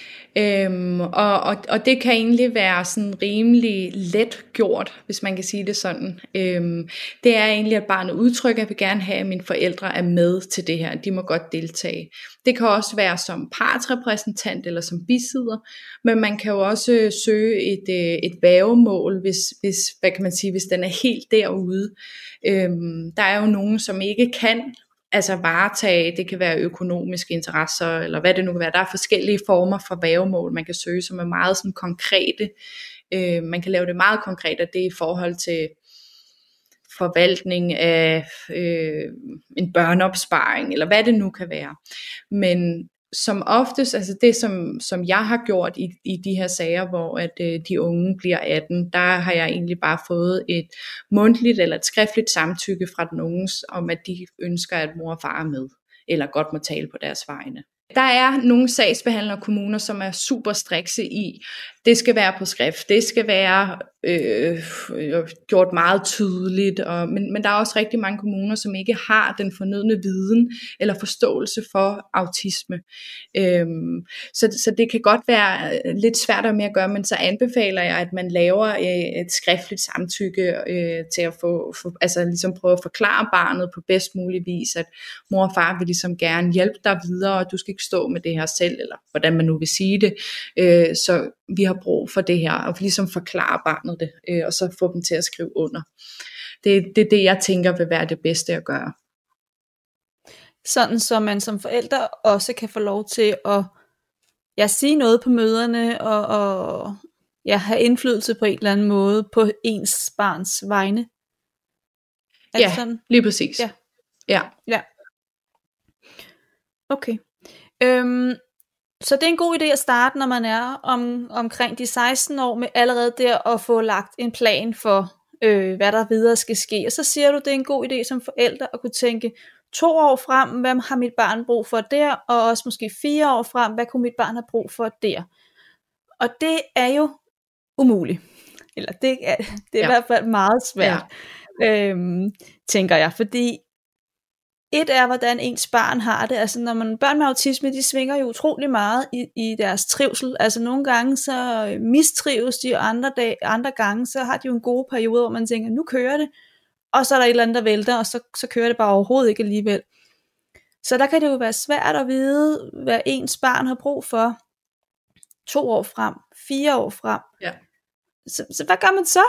Og det kan egentlig være sådan rimelig let gjort, hvis man kan sige det sådan. Det er egentlig, at barnet udtrykker, at jeg vil gerne have, at mine forældre er med til det her. De må godt deltage. Det kan også være som partsrepræsentant eller som bisidder, men man kan jo også søge et værgemål, hvis, hvad kan man sige, hvis den er helt derude. Der er jo nogen, som ikke kan varetage, det kan være økonomiske interesser, eller hvad det nu kan være. Der er forskellige former for værgemål, man kan søge, som er meget sådan konkrete. Man kan lave det meget konkret, og det er i forhold til forvaltning af en børneopsparing, eller hvad det nu kan være. Men som oftest, altså det som jeg har gjort i de her sager, hvor at de unge bliver 18, der har jeg egentlig bare fået et mundtligt eller et skriftligt samtykke fra den unges, om at de ønsker, at mor og far er med, eller godt må tale på deres vegne. Der er nogle sagsbehandlere og kommuner, som er super strikse i, det skal være på skrift, det skal være gjort meget tydeligt, men der er også rigtig mange kommuner, som ikke har den fornødne viden eller forståelse for autisme. Så det kan godt være lidt svært med at gøre, men så anbefaler jeg, at man laver et skriftligt samtykke til at få altså ligesom prøve at forklare barnet på bedst mulig vis, at mor og far vil ligesom gerne hjælpe dig videre, og du skal ikke stå med det her selv, eller hvordan man nu vil sige det. Så vi har brug for det her, og ligesom forklare barnet det, og så få dem til at skrive under. Det er det, jeg tænker vil være det bedste at gøre. Sådan så man som forældre også kan få lov til at sige noget på møderne, og have indflydelse på en eller anden måde på ens barns vegne. Ja, sådan? Lige præcis. Ja. Okay. Så det er en god idé at starte, når man er omkring de 16 år, med allerede der at få lagt en plan for, hvad der videre skal ske. Og så siger du, det er en god idé som forældre at kunne tænke 2 år frem, hvad har mit barn brug for der, og også måske 4 år frem, hvad kunne mit barn have brug for der. Og det er jo umuligt. Eller det er i hvert fald meget svært, tænker jeg, fordi et er, hvordan ens barn har det. Altså når børn med autisme, de svinger jo utrolig meget i deres trivsel. Altså nogle gange så mistrives de, og andre gange så har de jo en god periode, hvor man tænker, nu kører det, og så er der et eller andet, der vælter, og så kører det bare overhovedet ikke alligevel. Så der kan det jo være svært at vide, hvad ens barn har brug for 2 år frem, 4 år frem. Ja. Så hvad gør man så?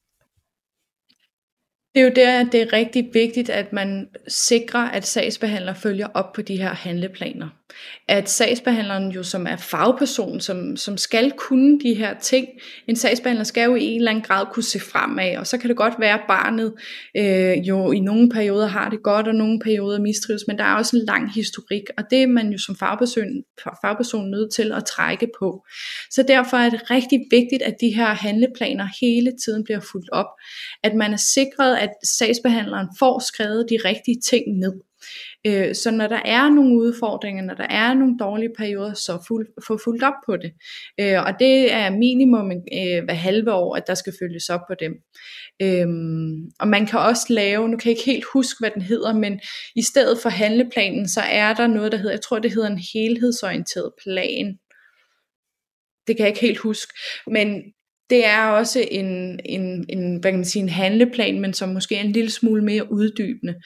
Det er jo der, at det er rigtig vigtigt, at man sikrer, at sagsbehandler følger op på de her handleplaner. At sagsbehandleren jo, som er fagperson, som skal kunne de her ting, en sagsbehandler skal jo i en eller anden grad kunne se fremad, og så kan det godt være, at barnet jo i nogle perioder har det godt, og nogle perioder mistrives, men der er også en lang historik, og det er man jo som fagperson nødt til at trække på. Så derfor er det rigtig vigtigt, at de her handleplaner hele tiden bliver fulgt op, at man er sikret, at sagsbehandleren får skrevet de rigtige ting ned. Så når der er nogle udfordringer, når der er nogle dårlige perioder, så få fulgt op på det. Og det er minimum hver halve år, at der skal følges op på dem. Og man kan også lave, nu kan jeg ikke helt huske, hvad den hedder, men i stedet for handleplanen, så er der noget, der hedder, jeg tror det hedder en helhedsorienteret plan. Det kan jeg ikke helt huske, men det er også en hvad kan man sige, en handleplan, men som måske er en lille smule mere uddybende.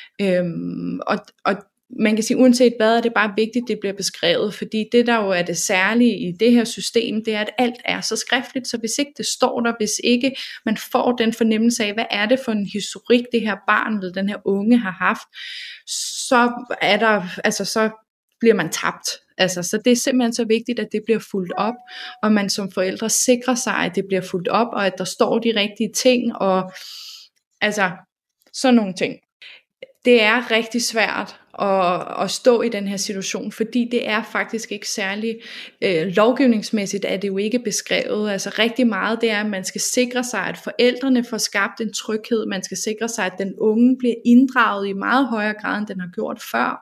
Og man kan sige, uanset hvad, er det bare vigtigt, det bliver beskrevet, fordi det der jo er det særlige i det her system, det er, at alt er så skriftligt, så hvis ikke det står der, hvis ikke man får den fornemmelse af, hvad er det for en historik, det her barn eller den her unge har haft, så er der, altså så bliver man tabt. Altså, så det er simpelthen så vigtigt, at det bliver fulgt op, og man som forældre sikrer sig, at det bliver fulgt op, og at der står de rigtige ting, og altså sådan nogle ting. Det er rigtig svært at stå i den her situation, fordi det er faktisk ikke særlig lovgivningsmæssigt, er det jo ikke beskrevet. Altså rigtig meget det er, at man skal sikre sig, at forældrene får skabt en tryghed, man skal sikre sig, at den unge bliver inddraget i meget højere grad, end den har gjort før.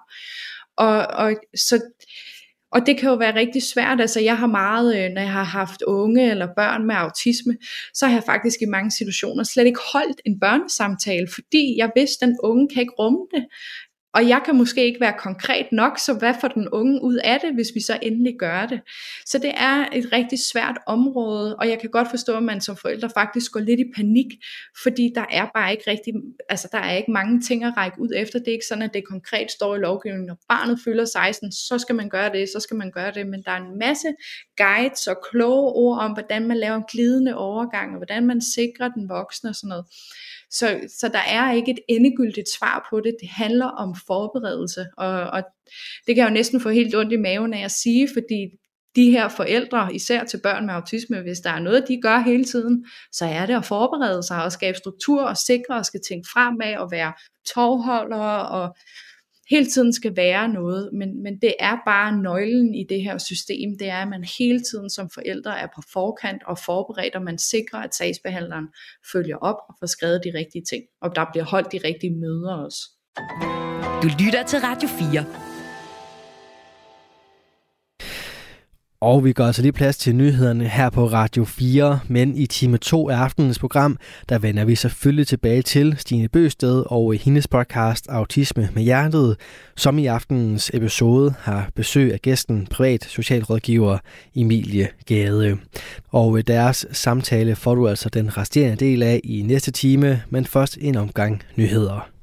Og det kan jo være rigtig svært, altså jeg har meget, når jeg har haft unge eller børn med autisme, så har jeg faktisk i mange situationer slet ikke holdt en børnesamtale, fordi jeg vidste, at den unge kan ikke rumme det. Og jeg kan måske ikke være konkret nok, så hvad får den unge ud af det, hvis vi så endelig gør det? Så det er et rigtig svært område, og jeg kan godt forstå, at man som forældre faktisk går lidt i panik, fordi der er bare ikke rigtig, altså der er ikke mange ting at række ud efter. Det er ikke sådan, at det konkret står i lovgivningen, når barnet fylder 16, så skal man gøre det, så skal man gøre det, men der er en masse guides og kloge ord om, hvordan man laver en glidende overgang, og hvordan man sikrer den voksne og sådan noget. Så der er ikke et endegyldigt svar på det. Det handler om forberedelse, og det kan jeg jo næsten få helt ondt i maven af at sige, fordi de her forældre, især til børn med autisme, hvis der er noget, de gør hele tiden, så er det at forberede sig og skabe struktur og sikre og skal tænke fremad og være tovholdere og hele tiden skal være noget, men det er bare nøglen i det her system, det er, at man hele tiden som forældre er på forkant og forberedt, og man sikrer, at sagsbehandleren følger op og får skrevet de rigtige ting, og der bliver holdt de rigtige møder også. Du lytter til Radio 4. Og vi går altså lige plads til nyhederne her på Radio 4, men i time 2 af aftenens program, der vender vi selvfølgelig tilbage til Stine Bøsted og hendes podcast Autisme med Hjertet, som i aftenens episode har besøg af gæsten privat socialrådgiver Emilie Gade. Og deres samtale får du altså den resterende del af i næste time, men først en omgang nyheder.